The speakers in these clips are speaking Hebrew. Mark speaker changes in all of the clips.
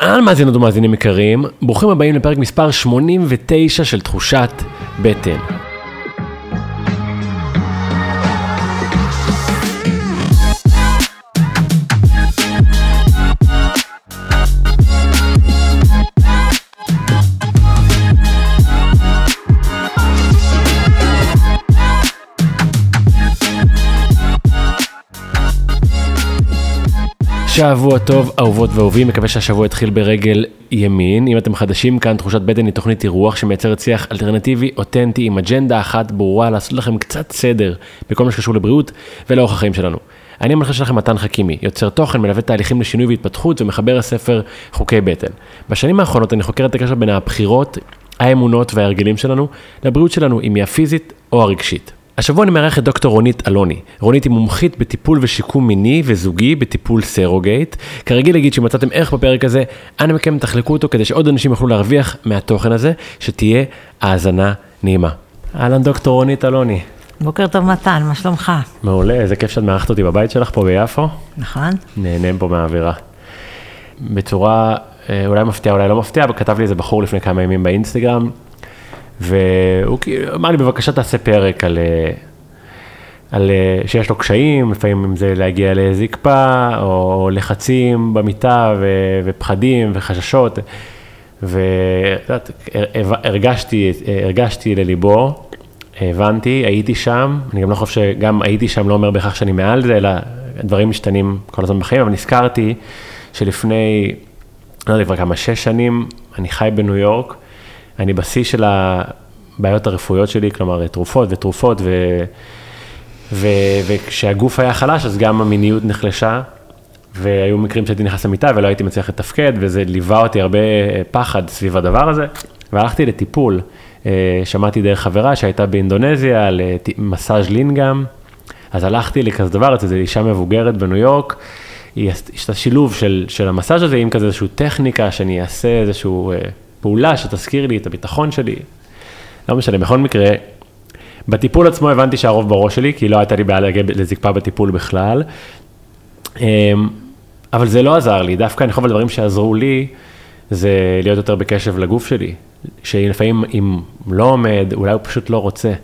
Speaker 1: אהלן מאזינות ומאזינים יקרים, ברוכים הבאים לפרק מספר 89 של תחושת בטן. שבוע טוב, אהובות ואהובים, מקווה שהשבוע התחיל ברגל ימין. אם אתם חדשים כאן, תחושת בטן היא תוכנית אירוח שמייצרת שיח אלטרנטיבי, אותנטי, עם אג'נדה אחת ברורה, לעשות לכם קצת סדר בכל מה שקשור לבריאות ולאורח החיים שלנו. אני המנחה שלכם מתן חכימי, יוצר תוכן, מלווה תהליכים לשינוי והתפתחות ומחבר הספר חוקי בטן. בשנים האחרונות אני חוקר את הקשר בין הבחירות, האמונות וההרגלים שלנו לבריאות שלנו, אם היא הפיזית או הרגשית. השבוע אני מארח את דוקטור רונית אלוני. רונית היא מומחית בטיפול ושיקום מיני וזוגי בטיפול סרוגייט. כרגיל להגיד שמצאתם ערך בפרק הזה, אנא מכם תחלקו אותו כדי שעוד אנשים יוכלו להרוויח מהתוכן הזה, שתהיה האזנה נעימה. אהלן דוקטור רונית אלוני.
Speaker 2: בוקר טוב מתן, מה שלומך?
Speaker 1: מעולה, איזה כיף שאת מארחת אותי בבית שלך פה ביפו.
Speaker 2: נכון.
Speaker 1: נהנם פה מהאווירה. בצורה אולי מפתיעה, אולי לא מפתיעה, אבל כתב לי איזה בחור לפני כמה ימים באינסטגרם, והוא אמר לי, בבקשה תעשה פרק על שיש לו קשיים, לפעמים אם זה להגיע לזקפה, או לחצים במיטה, ופחדים וחששות, הרגשתי לליבו, הבנתי, הייתי שם, אני גם לא חושב שגם הייתי שם לא אומר בהכרח שאני מעל זה, אלא דברים משתנים כל הזמן בחיים, אבל נזכרתי שלפני, לא יודע, כבר כמה 6 שנים, אני חי בניו יורק, אני בשיא של הבעיות הרפואיות שלי, כלומר תרופות, וכשהגוף היה חלש, אז גם המיניות נחלשה, והיו מקרים שהייתי נכנס למיטה ולא הייתי מצליח לתפקד, וזה ליווה אותי הרבה פחד סביב הדבר הזה, והלכתי לטיפול, שמעתי דרך חברה שהייתה באינדונזיה, על מסאז' לינגאם, אז הלכתי לכזה דבר, זו אישה מבוגרת בניו יורק, יש את השילוב של המסאז' הזה, עם כזה איזושהי טכניקה, שאני אעשה איזשהו פעולה שתזכיר לי את הביטחון שלי, לא משנה, בכל מקרה, בטיפול עצמו הבנתי שהרוב בראש שלי, כי לא הייתה לי בעיה להגיע לזקפה בטיפול בכלל, אבל זה לא עזר לי, דווקא אני חושב על דברים שעזרו לי, זה להיות יותר בקשב לגוף שלי, שלפעמים אם לא עומד, אולי הוא פשוט לא רוצה,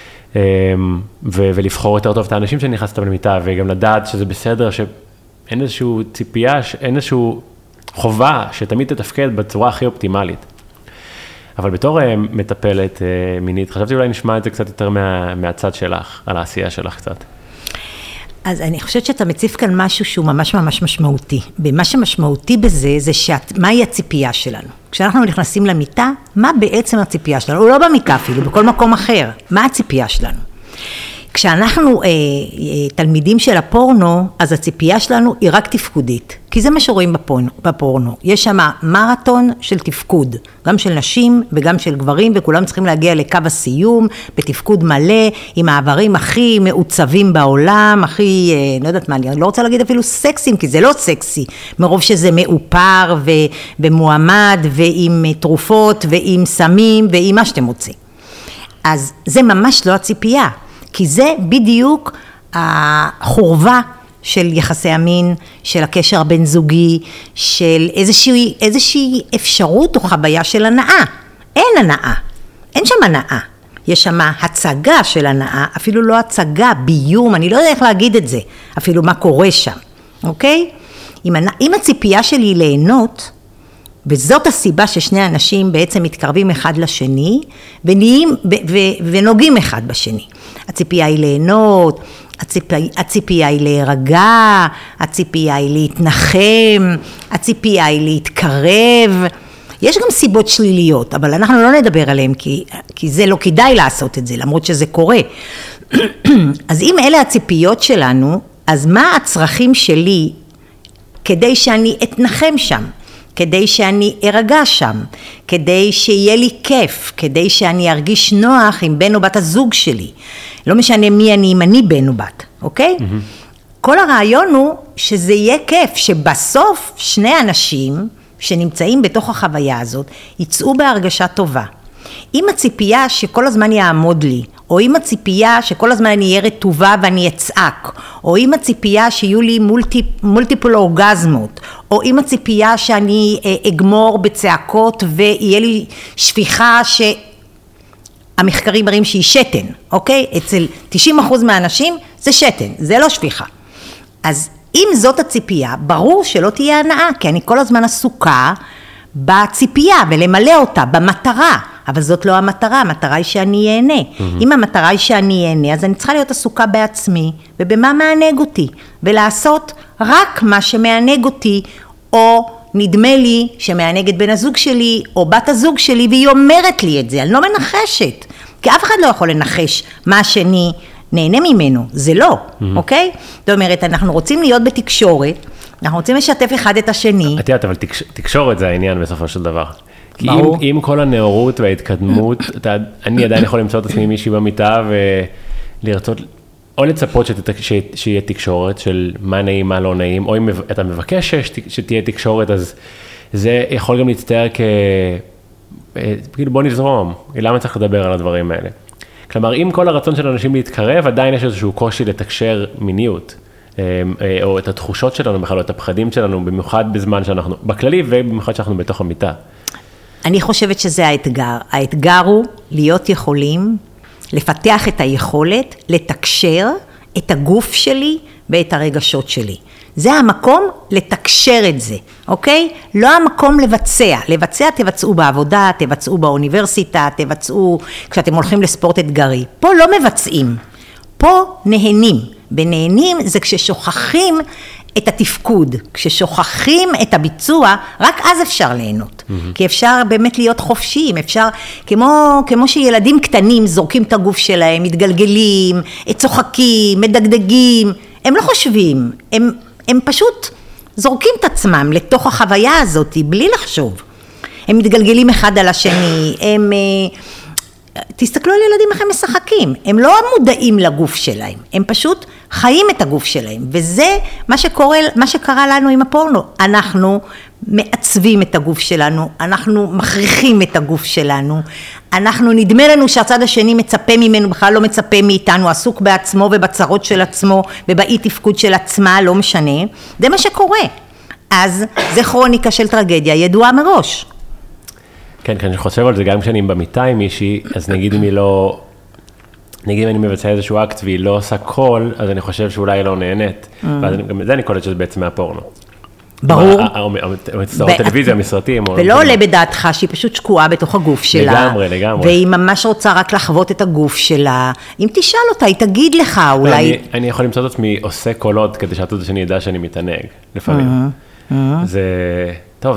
Speaker 1: ולבחור יותר טוב את האנשים שנכנסת למיטה, וגם לדעת שזה בסדר, שאין איזושהי ציפייה, אין איזושהי חובה שתמיד תתפקד בצורה הכי אופטימלית. אבל בתור מטפלת מינית, חשבתי אולי נשמע את זה קצת יותר מהצד שלך, על העשייה שלך קצת.
Speaker 2: אז אני חושבת שאתה מציף כאן משהו שהוא ממש ממש משמעותי. ומה שמשמעותי בזה, זה מהי הציפייה שלנו. כשאנחנו נכנסים למיטה, מה בעצם הציפייה שלנו? או לא במיטה אפילו, בכל מקום אחר. מה הציפייה שלנו? כשאנחנו תלמידים של הפורנו, אז הציפייה שלנו היא רק תפקודית. כי זה מה שרואים בפורנו. יש שם מרתון של תפקוד, גם של נשים וגם של גברים, וכולם צריכים להגיע לקו הסיום, בתפקוד מלא, עם העברים הכי מעוצבים בעולם, הכי, לא יודעת מה, אני לא רוצה להגיד אפילו סקסים, כי זה לא סקסי, מרוב שזה מאופר ומועמד, ועם תרופות, ועם סמים, ועם מה שאתם רוצים. אז זה ממש לא הציפייה. כי זה בדיוק החורבה של יחסי המין, של הקשר הבין זוגי, של איזושהי אפשרות או חוויה של הנאה. אין הנאה, אין שם הנאה. יש שם הצגה של הנאה, אפילו לא הצגה, ביום, אני לא יודע איך להגיד את זה, אפילו מה קורה שם, אוקיי? אם הציפייה שלי היא ליהנות, וזאת הסיבה ששני אנשים בעצם מתקרבים אחד לשני, ונוגעים אחד בשני. הציפייה היא ליהנות, הציפייה היא להירגע, הציפייה היא להתנחם, הציפייה היא להתקרב. יש גם סיבות שליליות, אבל אנחנו לא נדבר עליהן, כי זה לא כדאי לעשות את זה, למרות שזה קורה. אז אם אלה הציפיות שלנו, אז מה הצרכים שלי כדי שאני אתנחם שם? כדי שאני ארגע שם, כדי שיהיה לי כיף, כדי שאני ארגיש נוח עם בן או בת הזוג שלי. לא משנה מי אני, אם אני בן או בת, אוקיי? כל הרעיון הוא שזה יהיה כיף, שבסוף שני אנשים שנמצאים בתוך החוויה הזאת, יצאו בהרגשה טובה. אם הציפייה שכל הזמן יעמוד לי, או עם הציפייה שכל הזמן אני אהיה רטובה ואני אצעק, או עם הציפייה שיהיו לי מולטיפל אורגזמות, או עם הציפייה שאני אגמור בצעקות ויהיה לי שפיכה שהמחקרים מראים שהיא שתן, אוקיי? אצל 90% מהאנשים זה שתן, זה לא שפיכה. אז אם זאת הציפייה, ברור שלא תהיה הנאה, כי אני כל הזמן עסוקה בציפייה ולמלא אותה, במטרה. אבל זאת לא המטרה, המטרה היא שאני אהנה. אם המטרה היא שאני אהנה, אז אני צריכה להיות עסוקה בעצמי, ובמה מענג אותי, ולעשות רק מה שמענג אותי, או נדמה לי שמענג את בן הזוג שלי, או בת הזוג שלי, והיא אומרת לי את זה, אני לא מנחשת, כי אף אחד לא יכול לנחש מה השני נהנה ממנו, זה לא, אוקיי? זאת אומרת, אנחנו רוצים להיות בתקשורת, אנחנו רוצים לשתף אחד את השני.
Speaker 1: את יודעת, אבל תקשורת זה העניין בסופו של דבר. כי עם כל הנאורות וההתקדמות, אני עדיין יכול למצוא את עצמי מישהי במיטה ולרצות, או לצפות שיהיה תקשורת של מה נעים, מה לא נעים, או אם אתה מבקש שתהיה תקשורת, אז זה יכול גם להצטער כאילו בוא נזרום, למה צריך לדבר על הדברים האלה? כלומר, עם כל הרצון של אנשים להתקרב, עדיין יש איזשהו קושי לתקשר מיניות, או את התחושות שלנו בכלל, או את הפחדים שלנו, במיוחד בזמן שאנחנו, בכללי ובמיוחד שאנחנו בתוך המיטה.
Speaker 2: אני חושבת שזה האתגר. האתגר הוא להיות יכולים, לפתח את היכולת, לתקשר את הגוף שלי ואת הרגשות שלי. זה המקום לתקשר את זה, אוקיי? לא המקום לבצע. לבצע תבצעו בעבודה, תבצעו באוניברסיטה, תבצעו כשאתם הולכים לספורט אתגרי. פה לא מבצעים, פה נהנים. ונהנים זה כששוכחים את התפקוד, כששוכחים את הביצוע, רק אז אפשר ליהנות. כי אפשר באמת להיות חופשיים, אפשר, כמו שילדים קטנים זורקים את הגוף שלהם, מתגלגלים, צוחקים, מדגדגים, הם לא חושבים, הם פשוט זורקים את עצמם לתוך החוויה הזאת, בלי לחשוב. הם מתגלגלים אחד על השני, תסתכלו על ילדים איך הם משחקים, הם לא מודעים לגוף שלהם, הם פשוט חיים את הגוף שלהם, וזה מה שקרה לנו עם הפורנו, אנחנו מעצבים את הגוף שלנו, אנחנו מכריחים את הגוף שלנו, אנחנו נדמה לנו שהצד השני מצפה ממנו, בכלל לא מצפה מאיתנו, עסוק בעצמו ובצרות של עצמו, ובאי תפקוד של עצמה, לא משנה, זה מה שקורה, אז זה כרוניקה של טרגדיה ידועה מראש.
Speaker 1: כן, אני חושב על זה גם כשאני במיטה עם מישהי, אז נגיד אם היא לא, נגיד אם אני מבצע איזשהו אקט והיא לא עושה קול, אז אני חושב שאולי היא לא נהנית, ואז גם זה אני קולט שזה בעצם מהפורנו.
Speaker 2: ברור.
Speaker 1: או סדרות טלוויזיה, מסרטים.
Speaker 2: ולא עולה בדעתך שהיא פשוט שקועה בתוך הגוף שלה.
Speaker 1: לגמרי.
Speaker 2: והיא ממש רוצה רק לחוות את הגוף שלה. אם תשאל אותה, היא תגיד לך אולי.
Speaker 1: אני יכול למצוא את עצמי עושה קולות כדי שהצד השני ידע שאני מתענג, לפעמים. זה... טוב,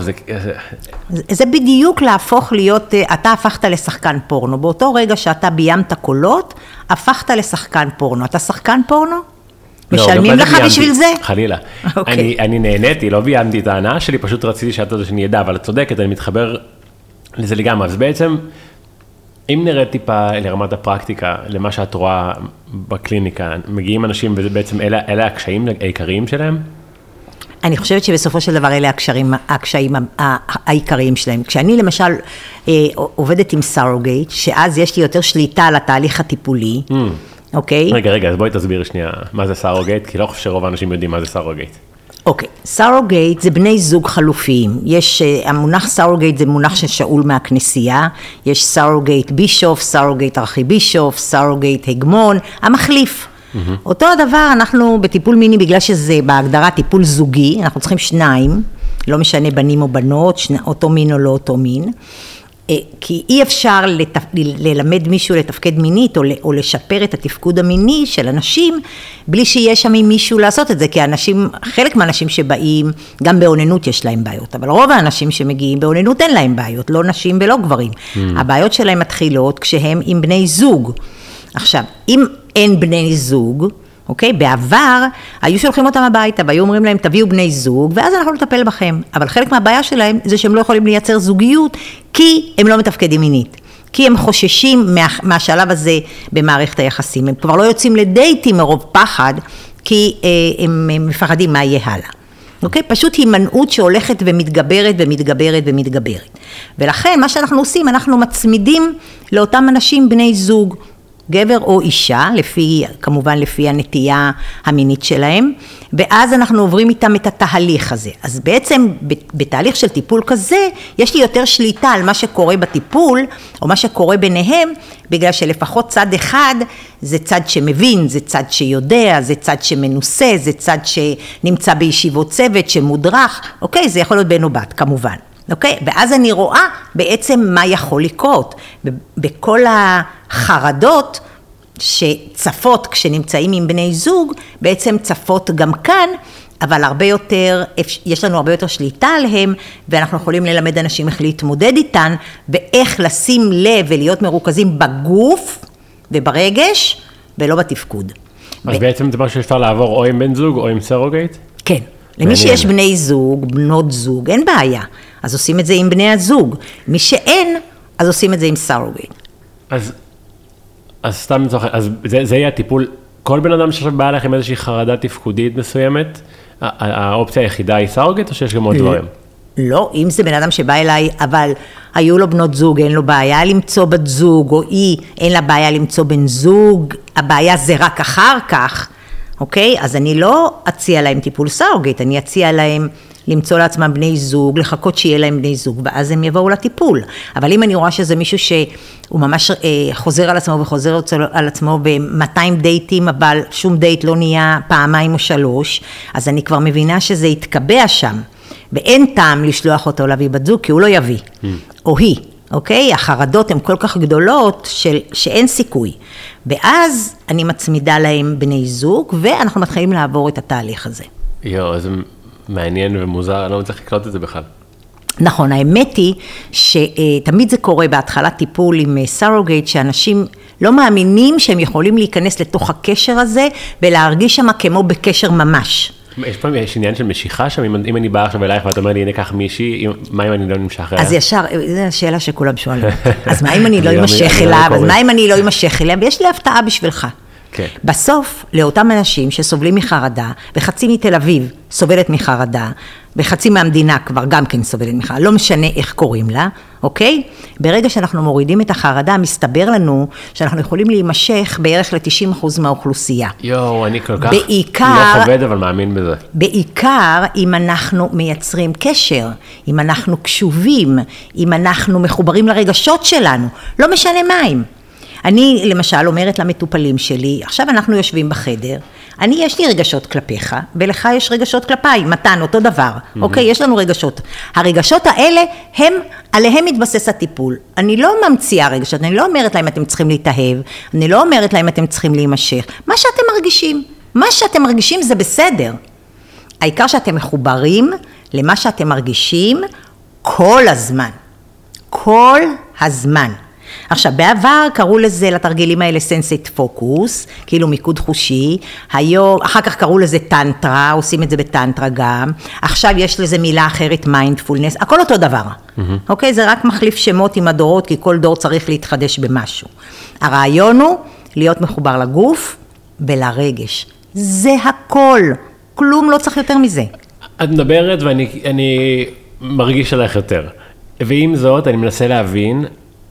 Speaker 2: זה בדיוק להפוך להיות, אתה הפכת לשחקן פורנו, באותו רגע שאתה ביימת קולות, הפכת לשחקן פורנו, אתה שחקן פורנו? משלמים לך בשביל זה?
Speaker 1: חלילה. אני נהניתי, לא ביימתי את ההנאה שלי, פשוט רציתי שהצד השני ידע, אבל את צודקת, אני מתחבר לזה לגמרי, אז בעצם, אם נראה טיפה לרמת הפרקטיקה, למה שאת רואה בקליניקה, מגיעים אנשים, וזה בעצם אלה הקשיים העיקריים שלהם?
Speaker 2: אני חושבת שבסופו של דבר אלה הקשיים העיקריים שלהם. כשאני למשל עובדת עם סארוגייט, שאז יש לי יותר שליטה על התהליך הטיפולי, אוקיי?
Speaker 1: רגע, אז בואי תסביר שנייה מה זה סארוגייט, כי לא חושב שרוב האנשים יודעים מה זה סארוגייט.
Speaker 2: אוקיי, סארוגייט זה בני זוג חלופיים. יש, המונח סארוגייט זה מונח של שאול מהכנסייה, יש סארוגייט בישוף, סארוגייט ארכיבישוף, סארוגייט הגמון, המחליף. אותו הדבר אנחנו בטיפול מיני, בגלל שזה בהגדרה טיפול זוגי, אנחנו צריכים שניים, לא משנה בנים או בנות, אותו מין או לא אותו מין, כי אי אפשר ללמד מישהו לתפקד מינית או לשפר את התפקוד המיני של אנשים, בלי שיש שם מישהו לעשות את זה, כי אנשים, חלק מהאנשים שבאים, גם באוננות יש להם בעיות, אבל רוב האנשים שמגיעים באוננות אין להם בעיות, לא נשים ולא גברים. הבעיות שלהם מתחילות כשהם עם בני זוג. עכשיו, אם אין בני זוג, אוקיי? בעבר היו שולחים אותם הביתה, והיו אומרים להם תביאו בני זוג, ואז אנחנו נטפל בכם. אבל חלק מהבעיה שלהם זה שהם לא יכולים לייצר זוגיות, כי הם לא מתפקדים מינית. כי הם חוששים מהשלב הזה במערכת היחסים. הם כבר לא יוצאים לדייטים מרוב פחד, כי הם מפחדים מה יהיה הלאה. אוקיי? פשוט הימנעות שהולכת ומתגברת ומתגברת ומתגברת. ולכן מה שאנחנו עושים, אנחנו מצמידים לאותם אנשים בני זוג, גבר או אישה, כמובן לפי הנטייה המינית שלהם, ואז אנחנו עוברים איתם את התהליך הזה. אז בעצם בתהליך של טיפול כזה, יש לי יותר שליטה על מה שקורה בטיפול, או מה שקורה ביניהם, בגלל שלפחות צד אחד, זה צד שמבין, זה צד שיודע, זה צד שמנוסה, זה צד שנמצא בישיבות צוות, שמודרך, אוקיי? זה יכול להיות בן או בת, כמובן. אוקיי? ואז אני רואה בעצם מה יכול לקרות. בכל החרדות שצפות כשנמצאים עם בני זוג, בעצם צפות גם כאן, אבל הרבה יותר, יש לנו הרבה יותר שליטה עליהם, ואנחנו יכולים ללמד אנשים איך להתמודד איתן, ואיך לשים לב ולהיות מרוכזים בגוף וברגש, ולא בתפקוד.
Speaker 1: אז בעצם זה מה שאפשר לעבור או עם בן זוג או עם סרוגייט?
Speaker 2: כן. למי שיש בני זוג, בנות זוג, אין בעיה. אז עושים את זה עם בני הזוג. מי שאין, אז עושים את זה עם סרוגייט.
Speaker 1: אז סתם לצורך, אז זה יהיה הטיפול, כל בן אדם שעכשיו בא אליך עם איזושהי חרדה תפקודית מסוימת, האופציה היחידה היא סרוגייט או שיש גם עוד דברים?
Speaker 2: לא, אם זה בן אדם שבא אליי, אבל היו לו בנות זוג, אין לו בעיה למצוא בת זוג, או אין לה בעיה למצוא בן זוג, הבעיה זה רק אחר כך, אוקיי? אז אני לא אציע להם טיפול סרוגייט, אני אציע להם למצוא לעצמם בני זוג, לחכות שיהיה להם בני זוג, ואז הם יבואו לטיפול. אבל אם אני רואה שזה מישהו שהוא ממש חוזר על עצמו וחוזר על עצמו ב-200 דייטים, אבל שום דייט לא נהיה פעמיים או 3, אז אני כבר מבינה שזה יתקבע שם, ואין טעם לשלוח אותו להביא בת זוג, כי הוא לא יביא, או היא. אוקיי? החרדות הן כל כך גדולות שאין סיכוי. ואז אני מצמידה להם בני זוג, ואנחנו מתחילים לעבור את התהליך הזה.
Speaker 1: זה מעניין ומוזר, אני לא מצליח לקלוט את זה בכלל.
Speaker 2: נכון, האמת היא שתמיד זה קורה בהתחלת טיפול עם סרוגייט, שאנשים לא מאמינים שהם יכולים להיכנס לתוך הקשר הזה, ולהרגיש שם כמו בקשר ממש.
Speaker 1: יש עניין של משיכה שם, אם אני באה עכשיו אלייך ואת אומר לי, הנה כך מישהי, מה אם אני לא נמשך אליה?
Speaker 2: אז ישר, זו השאלה שכולם שואלים. אז מה אם אני לא אמשך אליו, אז מה אם אני לא אמשך אליה, ויש לי הפתעה בשבילך. בסוף, לאותם אנשים שסובלים מחרדה, וחצי מתל אביב סובלת מחרדה, וחצי מהמדינה כבר גם כן סובלת מחרדה, לא משנה איך קוראים לה, אוקיי? ברגע שאנחנו מורידים את החרדה, מסתבר לנו שאנחנו יכולים להימשך בערך ל-90% מהאוכלוסייה.
Speaker 1: אני כל כך לא חובד, אבל מאמין בזה.
Speaker 2: בעיקר אם אנחנו מייצרים קשר, אם אנחנו קשובים, אם אנחנו מחוברים לרגשות שלנו, לא משנה מה הם. אני למשל אומרת למטופלים שלי, עכשיו אנחנו יושבים בחדר, יש לי רגשות כלפיך, ולך יש רגשות כלפיי, מתן, אותו דבר, אוקיי, יש לנו רגשות. הרגשות האלה, עליהם מתבסס הטיפול. אני לא ממציאה רגשות, אני לא אומרת להם אתם צריכים להתאהב, אני לא אומרת להם אתם צריכים להימשך. מה שאתם מרגישים זה בסדר. העיקר שאתם מחוברים למה שאתם מרגישים כל הזמן. כל הזמן. עכשיו, בעבר קראו לזה, לתרגילים האלה סנסייט פוקוס, כאילו מיקוד חושי, אחר כך קראו לזה טנטרה, עושים את זה בטנטרה גם, עכשיו יש לזה מילה אחרת, מיינדפולנס, הכל אותו דבר, אוקיי? זה רק מחליף שמות עם הדורות, כי כל דור צריך להתחדש במשהו. הרעיון הוא להיות מחובר לגוף ולרגש. זה הכל, כלום לא צריך יותר מזה.
Speaker 1: את מדברת ואני מרגיש עליך יותר, ועם זאת אני מנסה להבין,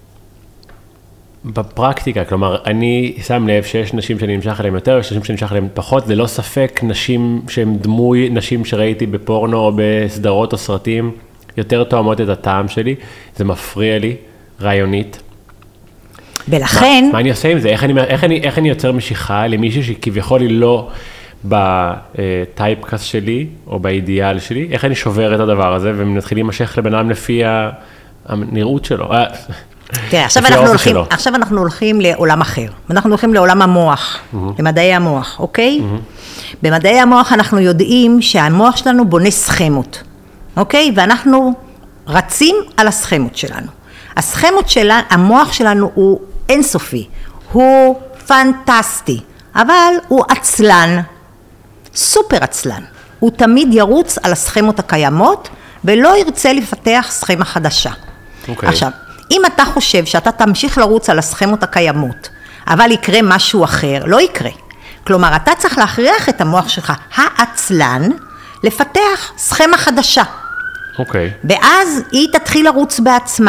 Speaker 1: בפרקטיקה, כלומר, אני שם לב שיש נשים שאני נמשך עליהן יותר, יש נשים שאני נמשך עליהן פחות, ללא ספק נשים שהן דמוי, נשים שראיתי בפורנו או בסדרות או סרטים, יותר תואמות את הטעם שלי, זה מפריע לי, רעיונית.
Speaker 2: ולכן...
Speaker 1: מה אני עושה עם זה? איך אני יוצר משיכה למישהו שכביכול היא לא בטייפקאסט שלי, או באידיאל שלי, איך אני שובר את הדבר הזה, ומתחיל להימשך לבן אדם לפי הנראות שלו.
Speaker 2: תראה, עכשיו אנחנו הולכים לעולם אחר, אנחנו הולכים לעולם המוח, למדעי המוח, אוקיי? במדעי המוח אנחנו יודעים שהמוח שלנו בונה סכמות, אוקיי? ואנחנו רצים על הסכמות שלנו. הסכמות שלנו, המוח שלנו הוא אינסופי, הוא פנטסטי, אבל הוא עצלן, סופר עצלן. הוא תמיד ירוץ על הסכמות הקיימות, ולא ירצה לפתח סכמה חדשה. עכשיו, אם אתה חושב שאתה תמשיך לרוץ על הסכמות הקיימות, אבל יקרה משהו אחר, לא יקרה. כלומר, אתה צריך להכריח את המוח שלך, העצלן, לפתח סכמה חדשה.
Speaker 1: אוקיי.
Speaker 2: ואז היא תתחיל לרוץ בעצמה.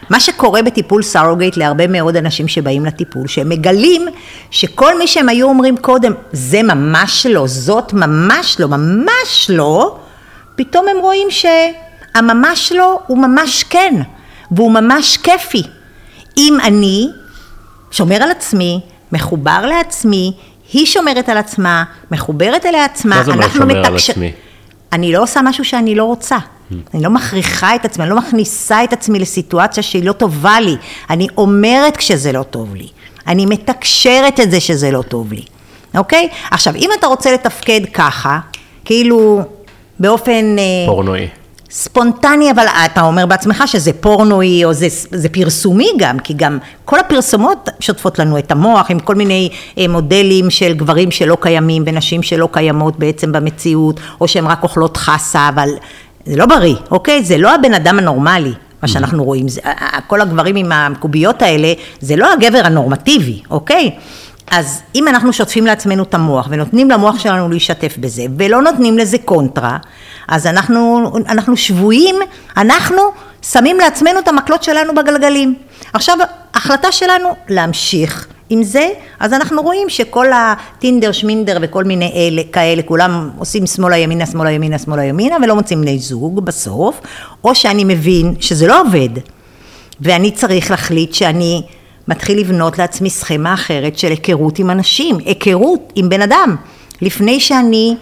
Speaker 2: מה שקורה בטיפול סרוגייט להרבה מאוד אנשים שבאים לטיפול, שהם מגלים שכל מי שהם היו אומרים קודם, זה ממש לא, זאת ממש לא, ממש לא, פתאום הם רואים שהממש לא הוא ממש כן, והוא ממש כיפי. אם אני שומר על עצמי, מחובר לעצמי, היא שומרת על עצמה, מחוברת אליה עצמה,
Speaker 1: מה זה אומר שומר על עצמי?
Speaker 2: אני לא עושה משהו שאני לא רוצה. אני לא מכריחה את עצמי, אני לא מכניסה את עצמי לסיטואציה שהיא לא טובה לי. אני אומרת כשזה לא טוב לי. אני מתקשרת את זה שזה לא טוב לי. אוקיי? עכשיו, אם אתה רוצה לתפקד ככה, כאילו באופן
Speaker 1: פורנואי.
Speaker 2: ספונטני, אבל אתה אומר בעצמך שזה פורנואי, או זה פרסומי גם, כי גם כל הפרסומות שוטפות לנו את המוח, עם כל מיני מודלים של גברים שלא קיימים, ונשים שלא קיימות בעצם במציאות, או שהן רק אוכלות חסה, אבל זה לא בריא, אוקיי? זה לא הבן אדם הנורמלי, מה שאנחנו רואים. כל הגברים עם הקוביות האלה, זה לא הגבר הנורמטיבי, אוקיי? אז אם אנחנו שוטפים לעצמנו את המוח, ונותנים למוח שלנו להשתף בזה, ולא נותנים לזה קונטרה, אז אנחנו שבויים, אנחנו שמים לעצמנו את המקלות שלנו בגלגלים. עכשיו, החלטה שלנו להמשיך עם זה, אז אנחנו רואים שכל הטינדר, שמינדר וכל מיני כאלה, כולם עושים שמאלה ימינה, שמאלה ימינה, שמאלה ימינה, ולא מוצאים בני זוג בסוף, או שאני מבין שזה לא עובד, ואני צריך להחליט שאני מתחיל לבנות לעצמי סכמה אחרת של היכרות עם אנשים, היכרות עם בן אדם, לפני שאני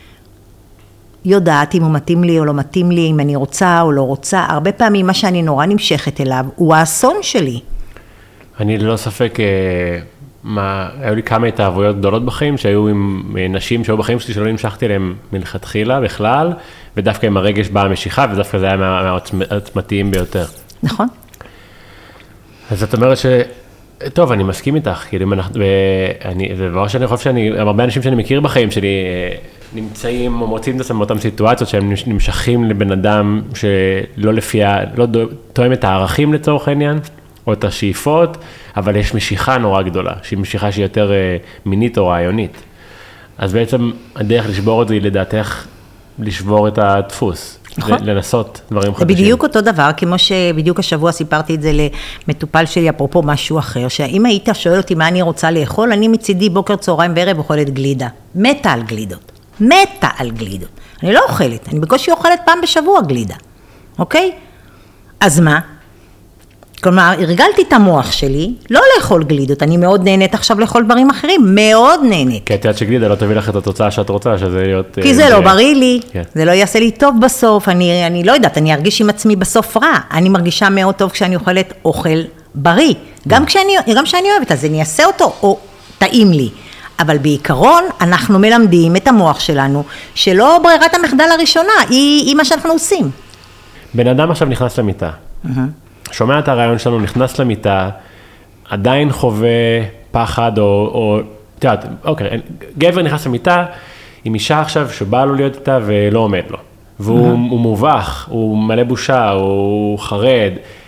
Speaker 2: יודעת אם הוא מתאים לי או לא מתאים לי, אם אני רוצה או לא רוצה. הרבה פעמים מה שאני נורא נמשכת אליו הוא האסון שלי.
Speaker 1: אני ללא ספק, היו לי כמה התאהבויות גדולות בחיים, שהיו עם נשים שהיו בחיים שלי שלא נמשכתי אליהם מלכתחילה בכלל, ודווקא עם הרגש באה המשיכה, ודווקא זה היה מהעוצמתיים ביותר.
Speaker 2: נכון.
Speaker 1: אז את אומרת טוב, אני מסכים איתך, כאילו, זה דבר שאני חושב הרבה אנשים שאני מכיר בחיים שלי, נמצאים או מוצאים את עצמם באותן סיטואציות, שהם נמשכים לבן אדם שלא לא תואם את הערכים לצורך העניין, או את השאיפות, אבל יש משיכה נורא גדולה, שהיא משיכה שהיא יותר מינית או רעיונית. אז בעצם הדרך לשבור את זה היא לדעתך לשבור את הדפוס. נכון. לנסות דברים חדשים.
Speaker 2: זה בדיוק אותו דבר, כמו שבדיוק השבוע סיפרתי את זה למטופל שלי, אפרופו משהו אחר, שאם היית שואל אותי מה אני רוצה לאכול, אני מצידי בוקר, צהריים וערב אוכלת גלידה. מתה על גלידות. מתה על גלידות. אני לא אוכלת, אני בקושי אוכלת פעם בשבוע גלידה. אוקיי? אז מה? כלומר, הרגלתי את המוח שלי, לא לאכול גלידות, אני מאוד נהנית עכשיו לאכול דברים אחרים, מאוד נהנית.
Speaker 1: כי את יודעת שגלידה לא תביא לך את התוצאה שאת רוצה, שזה להיות...
Speaker 2: כי זה לא בריא לי, זה לא יעשה לי טוב בסוף, אני לא יודעת, אני ארגיש עם עצמי בסוף רע, אני מרגישה מאוד טוב כשאני אוכלת אוכל בריא, גם כשאני אוהבת, אז אני אעשה אותו, או טעים לי. אבל בעיקרון, אנחנו מלמדים את המוח שלנו, שלא ברירת המחדל הראשונה, היא מה שאנחנו עושים.
Speaker 1: בן אדם עכשיו נכנס למיטה. שומע את הרעיון שלנו, נכנס למיטה, עדיין חווה פחד, או תיודעת, אוקיי, גבר נכנס למיטה, עם אישה עכשיו שבא לו להיות איתה ולא עומד לו. והוא מובך, הוא מלא בושה, הוא חרד.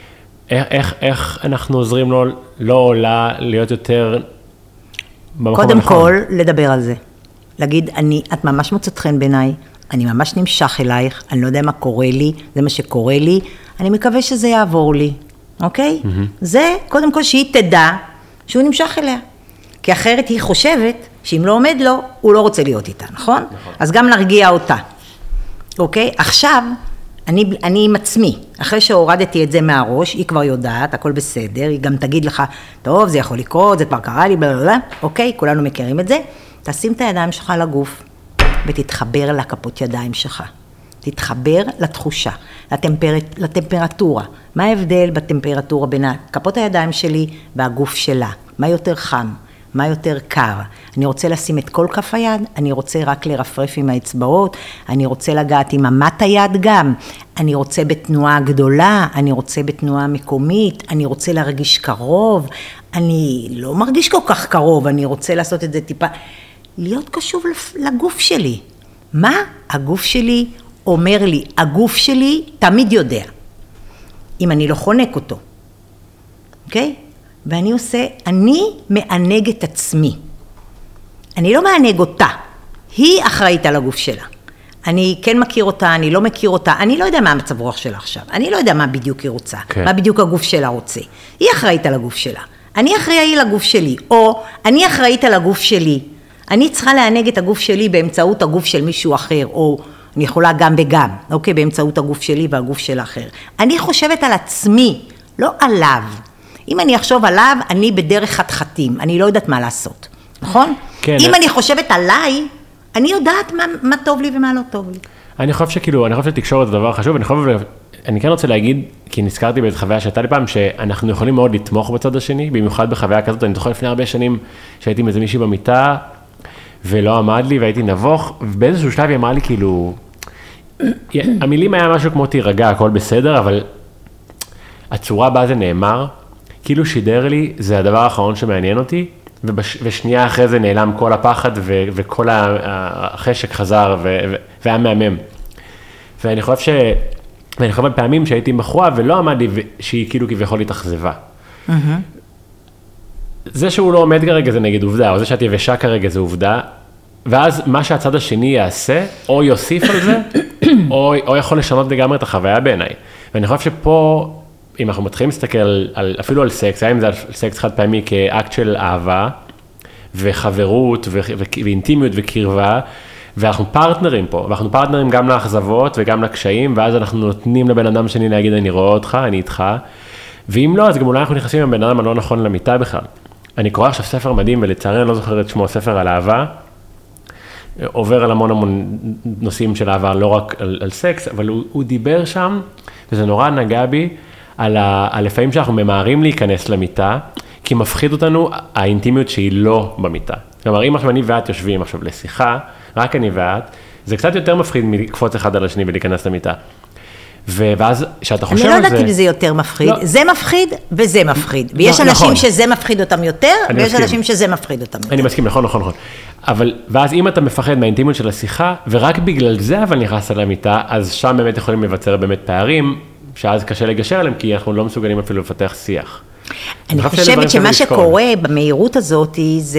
Speaker 1: איך אנחנו עוזרים לו לא עולה להיות יותר במקום הנכון?
Speaker 2: קודם כל, לדבר על זה. להגיד, את ממש מוצאת חן בעיניי, אני ממש נמשך אלייך, אני לא יודע מה קורה לי, זה מה שקורה לי, אני מקווה שזה יעבור לי, אוקיי? זה קודם כל שהיא תדע שהוא נמשך אליה. כי אחרת היא חושבת שאם לא עומד לו, הוא לא רוצה להיות איתה, נכון? אז גם נרגיע אותה. אוקיי? עכשיו, אני עם עצמי, אחרי שהורדתי את זה מהראש, היא כבר יודעת, הכל בסדר, היא גם תגיד לך, טוב, זה יכול לקרות, זה כבר קרה לי, בלה, אוקיי? כולנו מכירים את זה. תשים את הידיים שלך לגוף, ותתחבר לכפות ידיים שלך. תתחבר לתחושה, לטמפרטורה. מה ההבדל בטמפרטורה בין כפות הידיים שלי והגוף שלה? מה יותר חם? מה יותר קר? אני רוצה לשים את כל כף היד, אני רוצה רק לרפרף עם האצבעות, אני רוצה לגעת עם אמת היד גם, אני רוצה בתנועה גדולה, אני רוצה בתנועה מקומית, אני רוצה להרגיש קרוב, אני לא מרגיש כל כך קרוב, אני רוצה לעשות את זה טיפה, להיות קשוב לגוף שלי. מה הגוף שלי אומר לי? הגוף שלי תמיד יודע, אם אני לא חונק אותו, אוקיי? אני מענג את עצמי. אני לא מענג אותה, היא אחראית על הגוף שלה. אני כן מכיר אותה, אני לא מכיר אותה, אני לא יודע מה המצב רוח שלה עכשיו, אני לא יודע מה בדיוק היא רוצה, מה בדיוק הגוף שלה רוצה. היא אחראית על הגוף שלה, אני אחראי על הגוף שלי, או אני אחראית על הגוף שלי, אני צריכה להנהג את הגוף שלי באמצעות הגוף של מישהו אחר, או אני יכולה גם וגם, אוקיי, באמצעות הגוף שלי והגוף של האחר. אני חושבת על עצמי, לא עליו. אם אני אחשוב עליו, אני בדרך חתחתים, אני לא יודעת מה לעשות, נכון?
Speaker 1: כן.
Speaker 2: אם אני חושבת עליי, אני יודעת מה טוב לי ומה לא טוב לי.
Speaker 1: אני חושב שכאילו, אני חושב שתקשורת זה דבר חשוב, אני כן רוצה להגיד, כי נזכרתי באיזו חוויה שהייתה לי פעם, שאנחנו יכולים מאוד לתמוך בצד השני, במיוחד בחוויה כזאת, אני זוכר לפני הרבה שנים, שהייתי עם איזה מישהי במיטה, ולא עמד לי, והייתי נבוך, ובאיזשהו שלב היא אמרה לי כאילו, המילים היה משהו כמו תירגע, הכל בסדר, אבל הצורה בה זה נאמר, כאילו שידר לי, זה הדבר האחרון שמעניין אותי, ושנייה אחרי זה נעלם כל הפחד, וכל החשק חזר, והיה מהמם. ואני חושב פעמים שהייתי בחורה, ולא עמד לי, שהיא כאילו כביכול התאכזבה. זה שהוא לא עומד כרגע זה נגיד עובדה, או זה שאת יבשה כרגע זה עובדה, ואז מה שהצד השני יעשה, או יוסיף על זה, או יכול לשנות לגמרי את החוויה בעיניי. ואני חושב שפה, אם אנחנו מתחילים להסתכל אפילו על סקס, האם זה על סקס חד פעמי כאקט של אהבה, וחברות, ואינטימיות וקרבה, ואנחנו פרטנרים פה, ואנחנו פרטנרים גם לאכזבות וגם לקשיים, ואז אנחנו נותנים לבן אדם שני להגיד, אני רואה אותך, אני איתך, ואם לא, אז גם אולי אנחנו נכנסים עם בן אדם הלא נכון למיטה בכלל. אני קורא עכשיו ספר מדהים, ולצערי אני לא זוכר את שמו, ספר על אהבה, עובר על המון נושאים של אהבה, לא רק על סקס, אבל הוא דיבר שם, וזה נורא נגע בי, על לפעמים שאנחנו ממהרים להיכנס למיטה, כי מפחיד אותנו האינטימיות שהיא לא במיטה. כלומר, אם עכשיו אני ואת יושבים עכשיו לשיחה, רק אני ואת, זה קצת יותר מפחיד מקפוץ אחד על השני ולהיכנס למיטה. ואז שאתה חושב על זה...
Speaker 2: אני לא יודעת אם זה יותר מפחיד, זה מפחיד וזה מפחיד. ויש אנשים שזה מפחיד אותם יותר, ויש אנשים שזה מפחיד אותם יותר.
Speaker 1: אני מסכים, נכון. אבל, ואז אם אתה מפחד מהאינטימיות של השיחה, ורק בגלל זה אבל נכנס על המיטה, אז שם באמת יכולים לבצר באמת פערים, שאז קשה לגשר עליהם, כי אנחנו לא מסוגלים אפילו לפתח שיח.
Speaker 2: אני חושבת שמה שקורה במהירות הזאת, זה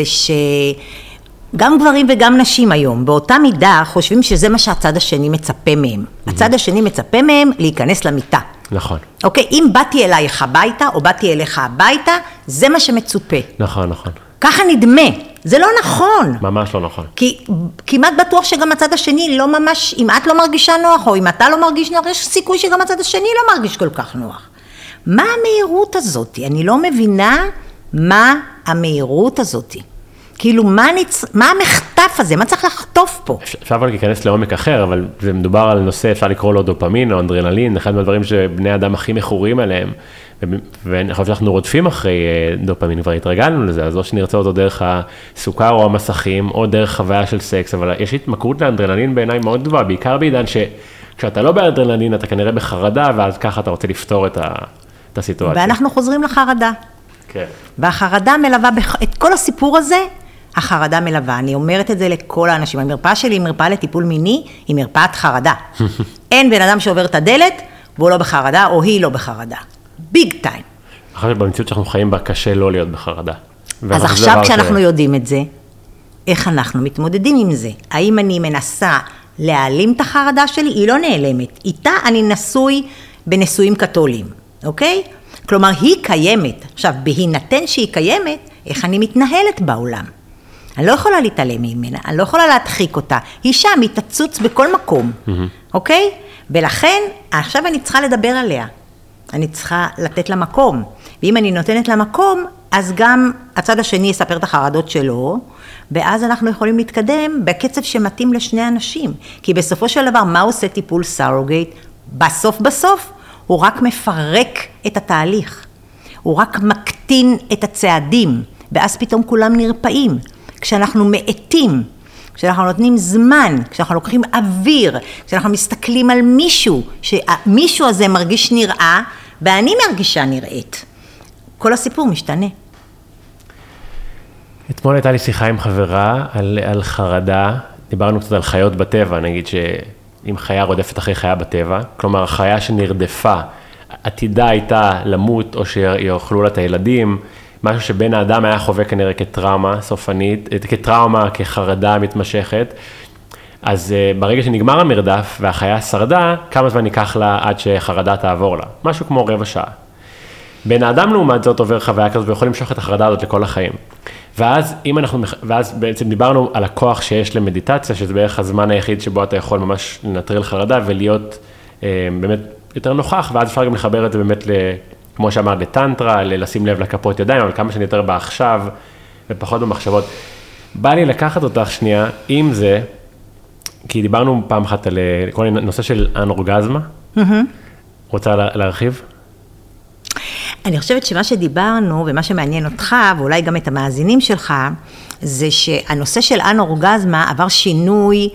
Speaker 2: גם גברים וגם נשים היום, באותה מידה חושבים שזה מה שהצד השני מצפה מהם. הצד השני מצפה מהם להיכנס למיטה.
Speaker 1: נכון.
Speaker 2: אוקיי, אם באתי אלייך הביתה, או באתי אליך הביתה, זה מה שמצופה.
Speaker 1: נכון.
Speaker 2: ככה נדמה, זה לא נכון.
Speaker 1: ממש לא נכון.
Speaker 2: כי כמעט בטוח שגם הצד השני לא ממש, אם את לא מרגישה נוח, או אם אתה לא מרגיש נוח, יש סיכוי שגם הצד השני לא מרגיש כל כך נוח. מה המהירות הזאת? אני לא מבינה מה המהירות הזאת. כאילו, מה המחטף הזה? מה צריך לחטוף פה?
Speaker 1: אפשר אבל להיכנס לעומק אחר, אבל זה מדובר על נושא, אפשר לקרוא לו דופמין או אנדרנלין, אחד מהדברים שבני אדם הכי מכורים עליהם, ואני חושב שאנחנו רודפים אחרי דופמין, כבר התרגלנו לזה, אז או שנרצה אותו דרך הסוכר או המסכים, או דרך חוויה של סקס, אבל יש התמכרות לאנדרנלין בעיניי מאוד גבוהה, בעיקר בעידן שכשאתה לא באנדרנלין, אתה כנראה בחרדה, ואז ככה אתה רוצה לפתור את הסיטואציה.
Speaker 2: ואנחנו חוזרים לחרדה.
Speaker 1: כן.
Speaker 2: והחרדה מלווה, את כל הסיפור הזה, החרדה מלווה. אני אומרת את זה לכל האנשים. המרפאה שלי היא מרפאה לטיפול מיני, היא מרפאת חרדה. אין בן אדם שעובר את הדלת, והוא לא בחרדה, או היא לא בחרדה. ביג טיים.
Speaker 1: אחרי שבמציאות שאנחנו חיים בה, קשה לא להיות בחרדה.
Speaker 2: אז עכשיו כשאנחנו יודעים את זה, איך אנחנו מתמודדים עם זה? האם אני מנסה להעלים את החרדה שלי? היא לא נעלמת. איתה אני נשוי בנישואים קתוליים, אוקיי? כלומר, היא קיימת. עכשיו, בהינתן שהיא קיימת, איך אני מתנהלת בעולם? אני לא יכולה להתעלם ממנה, אני לא יכולה להדחיק אותה. היא שם, היא תצוץ בכל מקום, אוקיי? ולכן, עכשיו אני צריכה לדבר עליה. אני צריכה לתת לה מקום. ואם אני נותנת לה מקום, אז גם הצד השני יספר את החרדות שלו, ואז אנחנו יכולים להתקדם בקצב שמתאים לשני אנשים. כי בסופו של דבר, מה עושה טיפול סרוגייט? בסוף, הוא רק מפרק את התהליך. הוא רק מקטין את הצעדים, ואז פתאום כולם נרפאים. כשאנחנו מאטים, כשאנחנו נותנים זמן, כשאנחנו לוקחים אוויר, כשאנחנו מסתכלים על מישהו, שהמישהו הזה מרגיש נראה, ואני מרגישה נראית. כל הסיפור משתנה.
Speaker 1: אתמול הייתה לי שיחה עם חברה על חרדה, דיברנו קצת על חיות בטבע, נגיד שאם חיה רודפת אחרי חיה בטבע, כלומר החיה שנרדפה, עתידה הייתה למות או שיאכלו לה את הילדים, משהו שבין האדם היה חווה כנראה כטראומה סופנית, כטראומה, כחרדה מתמשכת, אז ברגע שנגמר המרדף והחיה שרדה, כמה זמן ייקח לה עד שחרדה תעבור לה? משהו כמו רבע שעה. בן האדם לעומת זאת עובר חוויה כזאת ויכול למשוך את החרדה הזאת לכל החיים. ואז בעצם דיברנו על הכוח שיש למדיטציה, שזה בערך הזמן היחיד שבו אתה יכול ממש לנטרל חרדה ולהיות באמת יותר נוכח, ואז אפשר גם לחבר את זה באמת, כמו שאמרת, לטנטרה, לשים לב לכפות ידיים, אבל כמה שאני יותר בעכשיו ופחות במחשבות. בא לי לקחת אותך שנייה עם זה, כי דיברנו פעם אחת על כל נושא של אנורגזמה. רוצה להרחיב?
Speaker 2: אני חושבת שמה שדיברנו ומה שמעניין אותך, ואולי גם את המאזינים שלך, זה שהנושא של אנורגזמה עבר שינוי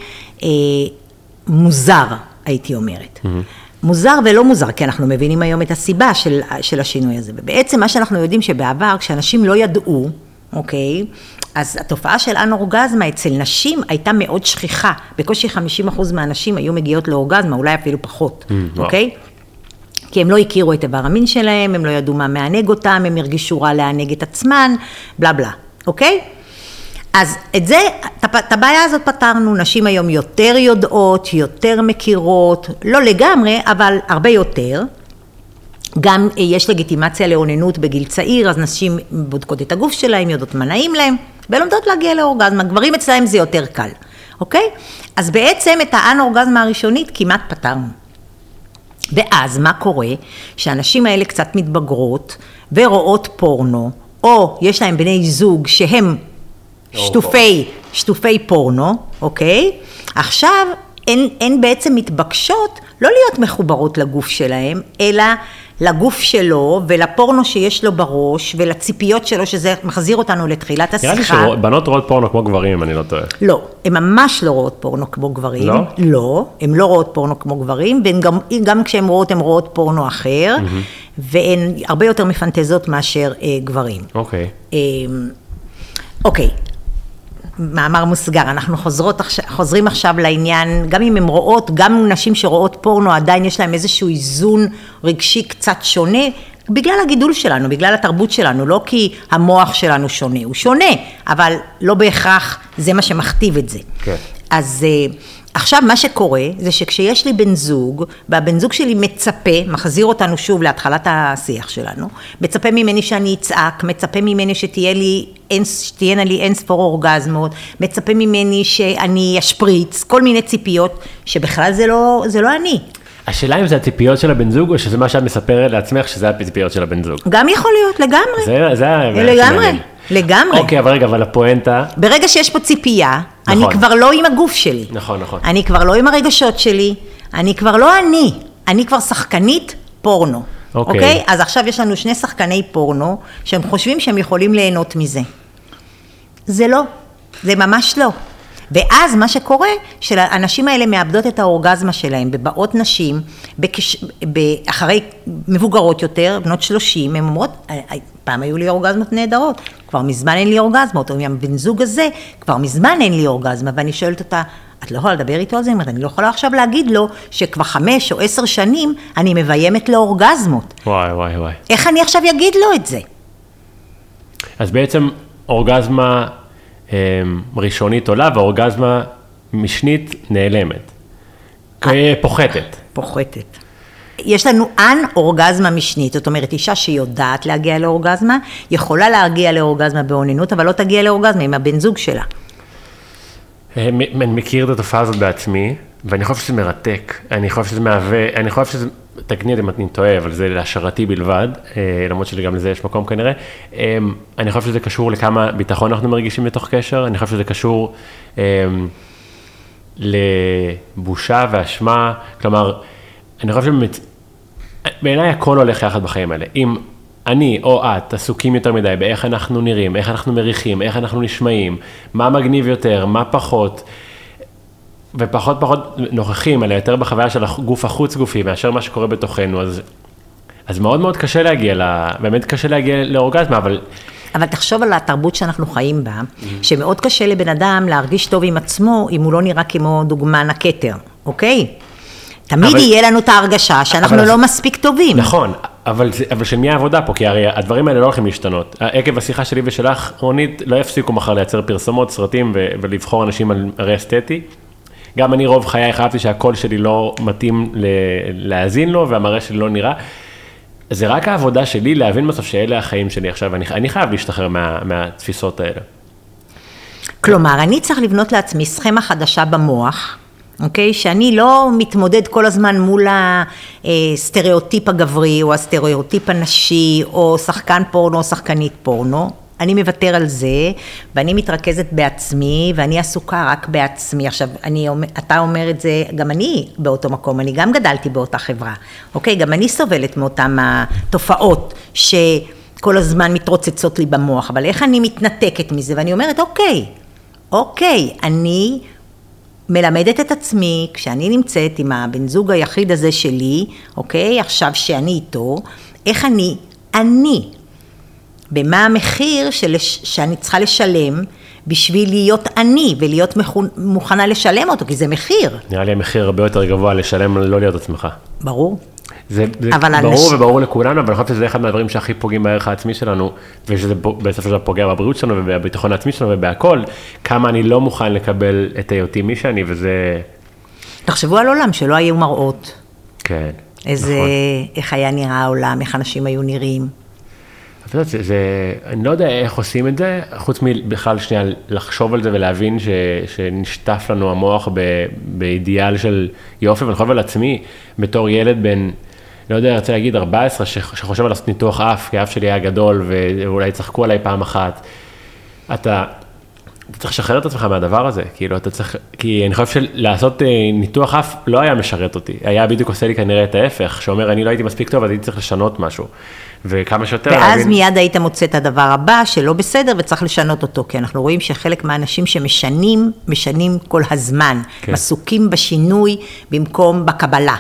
Speaker 2: מוזר, הייתי אומרת. מוזר ולא מוזר, כי אנחנו מבינים היום את הסיבה של השינוי הזה. ובעצם מה שאנחנו יודעים שבעבר, כשאנשים לא ידעו, אוקיי, אז התופעה של אנורגזמה אצל נשים הייתה מאוד שכיחה. בקושי 50% מהנשים היו מגיעות לאורגזמה, אולי אפילו פחות, אוקיי? כי הם לא הכירו את איבר המין שלהם, הם לא ידעו מה מענג אותם, הם הרגישו רע להענג את עצמן, בלה בלה, אוקיי? אז את הבעיה הזאת פתרנו, נשים היום יותר יודעות, יותר מכירות, לא לגמרי, אבל הרבה יותר. גם יש לגיטימציה לאוננות בגיל צעיר, אז נשים בודקות את הגוף שלהם, יודעות מה נעים להם, ולומדות להגיע לאורגזמה. גברים אצלהם זה יותר קל, אוקיי? אז בעצם את האנורגזמה הראשונית כמעט פתרנו. ואז מה קורה? שהנשים האלה קצת מתבגרות ורואות פורנו, או יש להם בני זוג שהם שטופי פורנו, אוקיי? עכשיו הן בעצם מתבקשות לא להיות מחוברות לגוף שלהם, אלא לגוף שלו ולפורנו שיש לו בראש ולציפיות שלו, שזה מחזיר אותנו לתחילת השיחה.
Speaker 1: נראה לי שבנות רואות פורנו כמו גברים, אני לא טועה.
Speaker 2: לא, הן ממש לא רואות פורנו כמו גברים.
Speaker 1: לא?
Speaker 2: לא, הן לא רואות פורנו כמו גברים, וגם כשהן רואות, הן רואות פורנו אחר, והן הרבה יותר מפנטזות מאשר גברים.
Speaker 1: אוקיי.
Speaker 2: אוקיי. מאמר מוסגר, אנחנו חוזרים עכשיו לעניין, גם אם הן רואות, גם נשים שרואות פורנו, עדיין יש להם איזשהו איזון רגשי קצת שונה, בגלל הגידול שלנו, בגלל התרבות שלנו, לא כי המוח שלנו שונה, הוא שונה, אבל לא בהכרח זה מה שמכתיב את זה. כן. אז עכשיו מה שקורה, זה שכשיש לי בן זוג, והבן זוג שלי מצפה, מחזיר אותנו שוב להתחלת השיח שלנו, מצפה ממני שאני אצעק, מצפה ממני שתהיינה לי אין ספור אורגזמות, מצפה ממני שאני אשפריץ, כל מיני ציפיות, שבכלל זה לא אני.
Speaker 1: השאלה אם זה הציפיות של הבן זוג, או שזה מה שאת מספרת לעצמך, שזה הציפיות של הבן זוג?
Speaker 2: גם יכול להיות, לגמרי.
Speaker 1: זה
Speaker 2: לגמרי.
Speaker 1: אוקיי, אבל רגע, אבל הפואנטה...
Speaker 2: ברגע שיש פה ציפייה, אני כבר לא עם הגוף שלי.
Speaker 1: נכון.
Speaker 2: אני כבר לא עם הרגשות שלי, אני כבר לא אני כבר שחקנית פורנו. אוקיי? אז עכשיו יש לנו 2 שחקני פורנו, שהם חושבים שהם יכולים ליהנות מזה. זה לא, זה ממש לא. ואז מה שקורה, שהאנשים האלה מאבדות את האורגזמה שלהם, בבאות נשים, אחרי מבוגרות יותר, בנות 30, הן אומרות, פעם היו לי אורגזמות נהדרות, כבר מזמן אין לי אורגזמות, או עם בן זוג הזה, כבר מזמן אין לי אורגזמה, ואני שואלת אותה, את לא יכולה לדבר איתו על זה? אני לא יכולה עכשיו להגיד לו, שכבר 5 או 10 שנים, אני מביימת לאורגזמות.
Speaker 1: וואי.
Speaker 2: איך אני עכשיו אגיד לו את זה?
Speaker 1: אז בעצם אורגזמה ראשונית עולה, ואורגזמה משנית נעלמת. פוחתת.
Speaker 2: יש לנו אורגזמה משנית, זאת אומרת, אישה שיודעת להגיע לאורגזמה, יכולה להגיע לאורגזמה באוננות, אבל לא תגיע לאורגזמה עם הבן זוג שלה.
Speaker 1: אני מכיר את התופעה הזאת בעצמי, ואני חושב שזה מרתק. אני חושב שזה, תקני אם אני טועה, אבל זה להשערתי בלבד, למרות שגם לזה יש מקום כנראה. אני חושב שזה קשור לכמה ביטחון אנחנו מרגישים בתוך קשר, אני חושב שזה קשור לבושה ואשמה, כלומר, אני חושב בעיניי הכל הולך יחד בחיים האלה. אם אני או את עסוקים יותר מדי באיך אנחנו נראים, איך אנחנו מריחים, איך אנחנו נשמעים, מה מגניב יותר, מה פחות, ופחות נוכחים, אלא יותר בחוויה של הגוף החוץ גופי, מאשר מה שקורה בתוכנו, אז מאוד מאוד קשה להגיע, באמת קשה להגיע לאורגזמה,
Speaker 2: אבל תחשוב על התרבות שאנחנו חיים בה, שמאוד קשה לבן אדם להרגיש טוב עם עצמו, אם הוא לא נראה כמו דוגמן הכתר, אוקיי? תמיד יהיה לנו את ההרגשה שאנחנו לא מספיק טובים.
Speaker 1: נכון, אבל של מי העבודה פה? כי הרי הדברים האלה לא הולכים להשתנות. עקב השיחה שלי ושלך, רונית, לא יפסיקו מחר לייצר פרסומות, סרטים ולבחור אנשים על הרי אסתטי, גם אני רוב חיי חייבתי שהקול שלי לא מתאים להאזין לו, והמראה שלי לא נראה. זה רק העבודה שלי להבין בסוף שאלה החיים שלי עכשיו, אני חייב להשתחרר מהתפיסות האלה.
Speaker 2: כלומר, אני צריך לבנות לעצמי סכמה חדשה במוח, אוקיי? שאני לא מתמודד כל הזמן מול הסטריאוטיפ הגברי, או הסטריאוטיפ הנשי, או שחקן פורנו, או שחקנית פורנו. אני מוותר על זה, ואני מתרכזת בעצמי, ואני עסוקה רק בעצמי. עכשיו, אתה אומר את זה, גם אני באותו מקום, אני גם גדלתי באותה חברה. אוקיי? גם אני סובלת מאותן התופעות שכל הזמן מתרוצצות לי במוח, אבל איך אני מתנתקת מזה? ואני אומרת, אוקיי, אני מלמדת את עצמי, כשאני נמצאת עם הבן זוג היחיד הזה שלי, אוקיי? עכשיו שאני איתו, איך אני, במה המחיר שאני צריכה לשלם בשביל להיות אני, ולהיות מוכנה לשלם אותו, כי זה מחיר.
Speaker 1: נראה לי המחיר הרבה יותר גבוה לשלם לא להיות עצמך.
Speaker 2: ברור.
Speaker 1: זה ברור וברור לכולנו, אבל אני חושב שזה אחד מהדברים שהכי פוגעים בערך העצמי שלנו, ושזה בסופו של דבר פוגע בבריאות שלנו ובביטחון העצמי שלנו ובהכל, כמה אני לא מוכן לקבל את היותי מי שאני, וזה...
Speaker 2: תחשבו על עולם שלא היו מראות.
Speaker 1: כן,
Speaker 2: נכון. איך היה נראה העולם, איך אנשים היו נראים.
Speaker 1: אני לא יודע איך עושים את זה, חוץ מבכלל שנייה לחשוב על זה ולהבין שנשטף לנו המוח באידיאל של יופי, ואני חושב על עצמי, בתור ילד בן, לא יודע, רוצה להגיד 14, שחושב על לעשות ניתוח אף, כי האף שלי היה גדול, ואולי צחקו עליי פעם אחת. אתה צריך לשחרר את עצמך מהדבר הזה, כאילו אתה צריך, כי אני חושב שלעשות ניתוח אף לא היה משרת אותי, היה בדיוק עושה לי כנראה את ההפך, שאומר אני לא הייתי מספיק טוב, אז הייתי צריך לשנות משהו, וכמה שיותר
Speaker 2: ואז מיד היית מוצא את הדבר הבא שלא בסדר וצריך לשנות אותו, כי אנחנו רואים שחלק מהאנשים משנים כל הזמן, עסוקים בשינוי במקום בקבלה.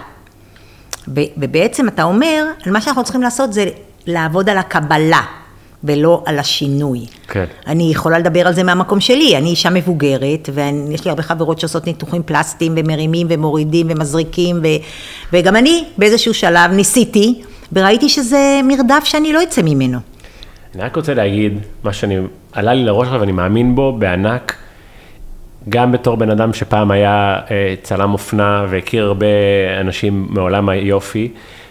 Speaker 2: ובעצם אתה אומר, מה שאנחנו צריכים לעשות זה לעבוד על הקבלה, ולא על השינוי.
Speaker 1: כן.
Speaker 2: אני יכולה לדבר על זה מהמקום שלי, אני אישה מבוגרת, ויש לי הרבה חברות שעושות ניתוחים פלסטיים, ומרימים ומורידים ומזריקים, וגם אני באיזשהו שלב ניסיתי, וראיתי שזה מרדף שאני לא אצא ממנו.
Speaker 1: אני רק רוצה להגיד, מה שאני, עלה לי לראש ואני מאמין בו בענק, גם בתור בן אדם שפעם היה צלם אופנה, והכיר הרבה אנשים מעולם היופי,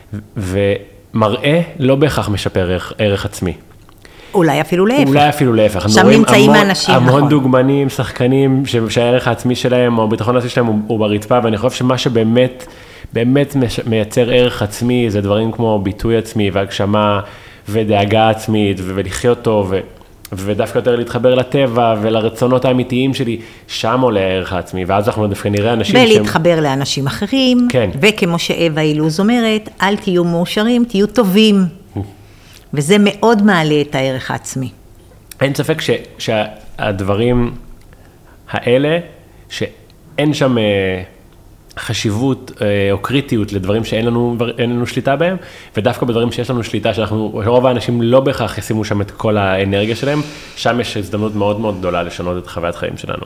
Speaker 1: ומראה לא בהכרח משפר ערך עצמי.
Speaker 2: אולי אפילו להפך.
Speaker 1: שם נמצאים האנשים, נכון. המון דוגמנים, שחקנים, שהערך העצמי שלהם, או הביטחון העצמי שלהם הוא ברצפה, ואני חושב שמה שבאמת, באמת מייצר ערך עצמי, זה דברים כמו ביטוי עצמי, והגשמה, ודאגה עצמית, ולחיות טוב, ודווקא יותר להתחבר לטבע, ולרצונות האמיתיים שלי, שם עולה הערך העצמי, ואז אנחנו דווקא נראה אנשים
Speaker 2: ולהתחבר לאנשים אחרים,
Speaker 1: כן.
Speaker 2: וכמו שאווה אילוז אומרת, אל תהיו מאושרים, תהיו טובים. וזה מאוד מעלה את הערך העצמי.
Speaker 1: אין ספק שהדברים האלה, שאין שם חשיבות או קריטיות לדברים שאין לנו שליטה בהם, ודווקא בדברים שיש לנו שליטה, רוב האנשים לא בהכרח ישימו שם את כל האנרגיה שלהם, שם יש הזדמנות מאוד מאוד גדולה לשנות את חוויית חיים שלנו.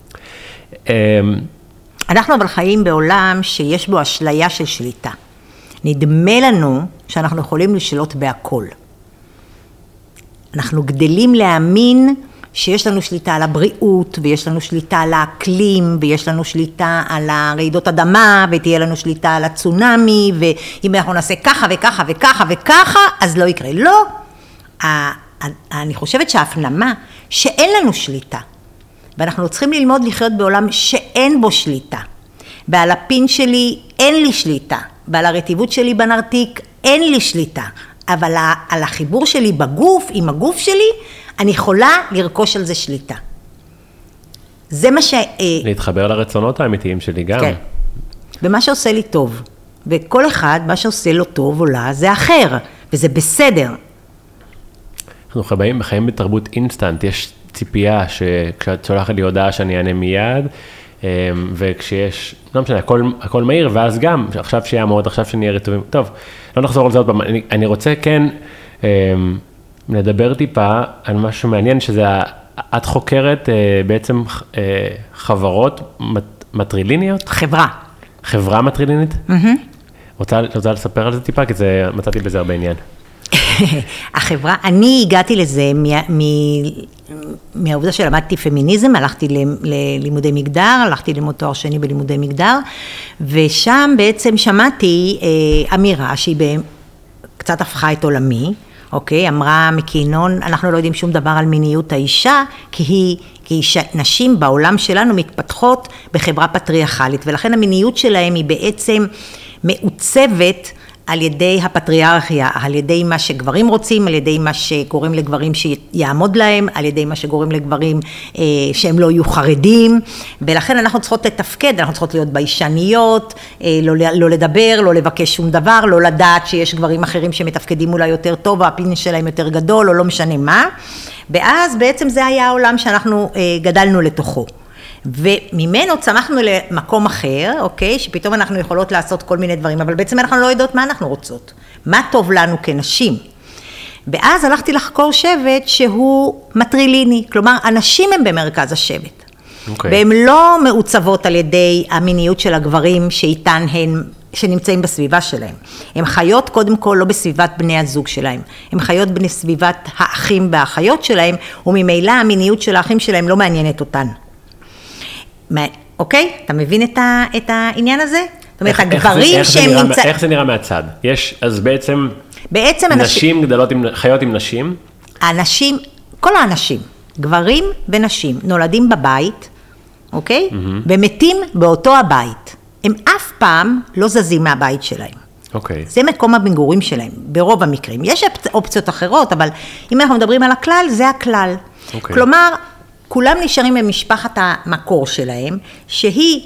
Speaker 2: אנחנו אבל חיים בעולם שיש בו אשליה של שליטה. נדמה לנו שאנחנו יכולים לשלוט בהכל. אנחנו גדלים להאמין שיש לנו שליטה על הבריאות, ויש לנו שליטה על האקלים, ויש לנו שליטה על הרעידות אדמה, ותהיה לנו שליטה על הצונמי, ואם אנחנו נעשה ככה וככה וככה וככה, אז לא יקרה. לא, אני חושבת שההפנמה שאין לנו שליטה, ואנחנו צריכים ללמוד לחיות בעולם שאין בו שליטה, ועל הפין שלי אין לי שליטה, ועל הרטיבות שלי בנרתיק אין לי שליטה, אבל על החיבור שלי בגוף, עם הגוף שלי, אני יכולה לרכוש על זה שליטה. זה מה
Speaker 1: להתחבר לרצונות האמיתיים שלי גם.
Speaker 2: כן. ומה שעושה לי טוב. וכל אחד, מה שעושה לו טוב או לה, זה אחר. וזה בסדר.
Speaker 1: אנחנו חיים בתרבות אינסטנט. יש ציפייה שכשאת שולחת לי הודעה שאני אענה מיד, וכשיש, לא משנה, הכל מהיר, ואז גם, עכשיו שיהיה מאוד, עכשיו שנהיה רטובים. טוב, לא נחזור על זה עוד פעם. אני רוצה כן לדבר טיפה על משהו מעניין, שזה, את חוקרת בעצם חברות מטריליניות?
Speaker 2: חברה
Speaker 1: מטרילינית? רוצה לספר על זה טיפה? כי מצאתי בזה הרבה עניין.
Speaker 2: החברה, אני הגעתי לזה מהעובדה שלמדתי פמיניזם, הלכתי ללימודי מגדר, הלכתי ללמוד תואר שני בלימודי מגדר, ושם בעצם שמעתי אמירה שהיא קצת הפכה את עולמי, אוקיי? אמרה מקינון, אנחנו לא יודעים שום דבר על מיניות האישה, כי נשים בעולם שלנו מתפתחות בחברה פטריארכלית, ולכן המיניות שלהם היא בעצם מעוצבת על ידי הפטריארכיה, על ידי מה שגברים רוצים, על ידי מה שגורם לגברים שיעמוד להם, על ידי מה שגורם לגברים שהם לא יהיו חרדים, ולכן אנחנו צריכות לתפקד, אנחנו צריכות להיות ביישניות, לא לדבר, לא לבקש שום דבר, לא לדעת שיש גברים אחרים שמתפקדים אולי יותר טוב, והפין שלהם יותר גדול, או לא משנה מה, ואז בעצם זה היה העולם שאנחנו גדלנו לתוכו. וממנו צמחנו למקום אחר, אוקיי? שפתאום אנחנו יכולות לעשות כל מיני דברים, אבל בעצם אנחנו לא יודעות מה אנחנו רוצות. מה טוב לנו כנשים. ואז הלכתי לחקור שבט שהוא מטריליני, כלומר, אנשים הם במרכז השבט.
Speaker 1: אוקיי.
Speaker 2: והם לא מעוצבות על ידי המיניות של הגברים שאיתן הן, שנמצאים בסביבה שלהם. הם חיות קודם כל לא בסביבת בני הזוג שלהם. הם חיות בסביבת האחים והאחיות שלהם, וממילא המיניות של האחים שלהם לא מעניינת אותן. אוקיי? אתה מבין את העניין הזה? זאת אומרת, הגברים שהם נמצאים...
Speaker 1: איך זה נראה מהצד? יש, אז בעצם נשים גדלות, חיות עם נשים?
Speaker 2: האנשים, כל האנשים, גברים ונשים, נולדים בבית, אוקיי? ומתים באותו הבית. הם אף פעם לא זזים מהבית שלהם.
Speaker 1: אוקיי.
Speaker 2: זה מקום המגורים שלהם, ברוב המקרים. יש אופציות אחרות, אבל אם אנחנו מדברים על הכלל, זה הכלל.
Speaker 1: אוקיי.
Speaker 2: כלומר, כולם נשארים במשפחת המקור שלהם, שהיא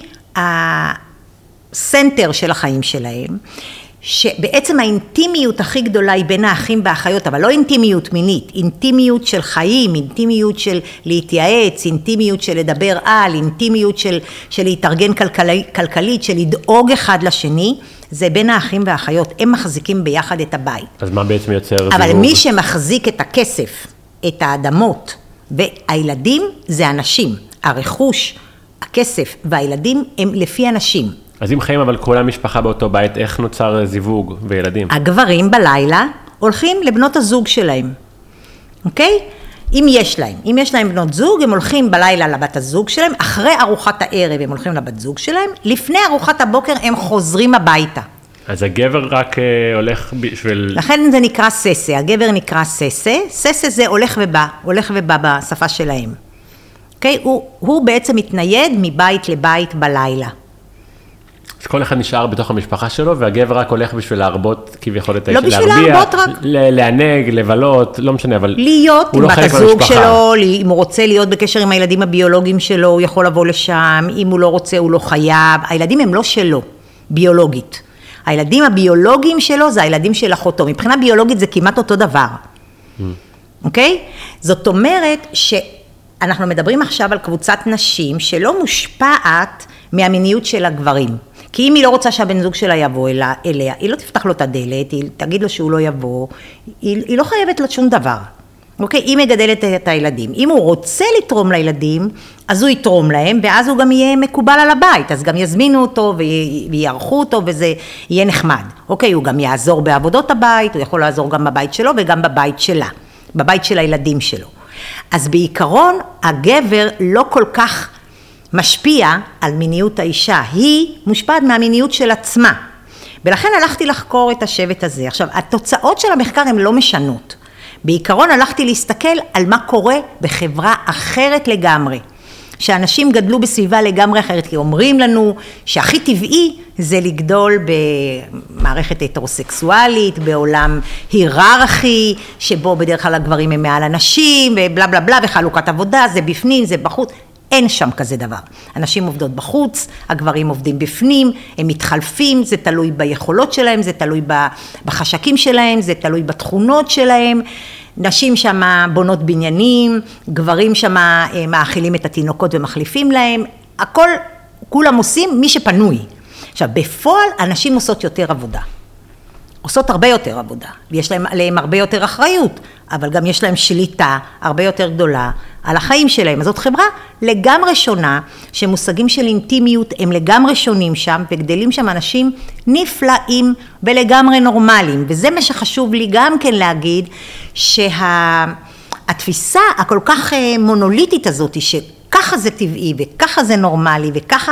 Speaker 2: הסנטר של החיים שלהם, שבעצם האינטימיות הכי גדולה היא בין האחים והאחיות, אבל לא אינטימיות מינית, אינטימיות של חיים, אינטימיות של להתייעץ, אינטימיות של לדבר על, אינטימיות של להתארגן כלכלית, של לדאוג אחד לשני, זה בין האחים והאחיות, הם מחזיקים ביחד את הבית.
Speaker 1: אז מה בעצם יוצר זיווג?
Speaker 2: אבל מי שמחזיק את הכסף, את האדמות, והילדים זה אנשים, הרכוש, הכסף והילדים הם לפי אנשים.
Speaker 1: אז אם חיים אבל כל המשפחה באותו בית, איך נוצר זיווג וילדים?
Speaker 2: הגברים בלילה הולכים לבנות הזוג שלהם, אוקיי? אם יש להם בנות זוג, הם הולכים בלילה לבת הזוג שלהם, אחרי ארוחת הערב הם הולכים לבת זוג שלהם, לפני ארוחת הבוקר הם חוזרים הביתה.
Speaker 1: אז הגבר רק הולך בשביל...
Speaker 2: לכן זה נקרא ססה, הגבר נקרא ססה, ססה זה הולך ובא בשפה שלהם. אוקיי? הוא בעצם מתנייד מבית לבית בלילה.
Speaker 1: אז כל אחד נשאר בתוך המשפחה שלו, והגבר רק הולך בשביל להרבות כביכול את
Speaker 2: לא בשביל להרבות רק.
Speaker 1: לענג, לבלות, לא משנה, אבל
Speaker 2: להיות
Speaker 1: הוא לא
Speaker 2: עם
Speaker 1: חלק
Speaker 2: בת הזוג
Speaker 1: מהמשפחה.
Speaker 2: שלו, אם הוא רוצה להיות בקשר עם הילדים הביולוגיים שלו, הוא יכול לבוא לשם, אם הוא לא רוצה, הוא לא חייב. הילדים הם לא שלו, ביולוגית. הילדים הביולוגיים שלו זה הילדים של אחותו. מבחינה ביולוגית זה כמעט אותו דבר. אוקיי? זאת אומרת שאנחנו מדברים עכשיו על קבוצת נשים שלא מושפעת מהמיניות של הגברים. כי אם היא לא רוצה שהבן זוג שלה יבוא אליה, היא לא תפתח לו את הדלת, היא תגיד לו שהוא לא יבוא, היא לא חייבת לו שום דבר. אוקיי? היא מגדלת את הילדים. אם הוא רוצה לתרום לילדים, אז הוא יתרום להם, ואז הוא גם יהיה מקובל על הבית, אז גם יזמינו אותו ויערכו אותו, וזה יהיה נחמד. אוקיי? הוא גם יעזור בעבודות הבית, הוא יכול לעזור גם בבית שלו וגם בבית שלה, בבית של הילדים שלו. אז בעיקרון, הגבר לא כל כך משפיע על מיניות האישה, היא מושפעת מהמיניות של עצמה. ולכן הלכתי לחקור את השבט הזה. עכשיו, התוצאות של המחקר הן לא משנות. בעיקרון הלכתי להסתכל על מה קורה בחברה אחרת לגמרי. שאנשים גדלו בסביבה לגמרי אחרת, כי אומרים לנו שהכי טבעי זה לגדול במערכת הטרוסקסואלית, בעולם היררכי, שבו בדרך כלל הגברים הם מעל הנשים, ובלה בלה בלה, וחלוקת עבודה, זה בפנים, זה בחוץ. אין שם כזה דבר. אנשים עובדות בחוץ, הגברים עובדים בפנים, הם מתחלפים, זה תלוי ביכולות שלהם, זה תלוי בחשקים שלהם, זה תלוי בתכונות שלהם. נשים שם בונות בניינים, גברים שם מאכילים את התינוקות ומחליפים להם. הכל, כולם עושים מי שפנוי. עכשיו, בפועל אנשים עושות יותר עבודה. עושות הרבה יותר עבודה, ויש להם עליהם הרבה יותר אחריות, אבל גם יש להם שליטה הרבה יותר גדולה על החיים שלהם. אז זאת חברה לגמרי שונה, שמושגים של אינטימיות הם לגמרי שונים שם, וגדלים שם אנשים נפלאים ולגמרי נורמליים. וזה מה שחשוב לי גם כן להגיד, שהתפיסה הכל כך מונוליטית הזאת, שככה זה טבעי וככה זה נורמלי וככה,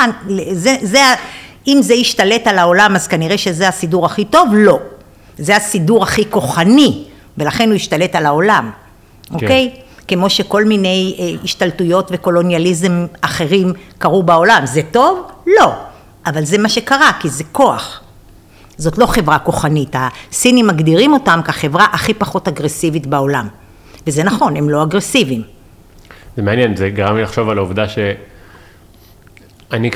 Speaker 2: אם זה ישתלט על העולם, אז כנראה שזה הסידור הכי טוב, לא. זה הסידור הכי כוחני, ולכן הוא ישתלט על העולם, אוקיי? כמו שכל מיני השתלטויות וקולוניאליזם אחרים קרו בעולם. זה טוב? לא. אבל זה מה שקרה, כי זה כוח. זאת לא חברה כוחנית. הסינים מגדירים אותם כחברה הכי פחות אגרסיבית בעולם. וזה נכון, הם לא אגרסיביים.
Speaker 1: זה מעניין, זה גרם לי לחשוב על העובדה שאני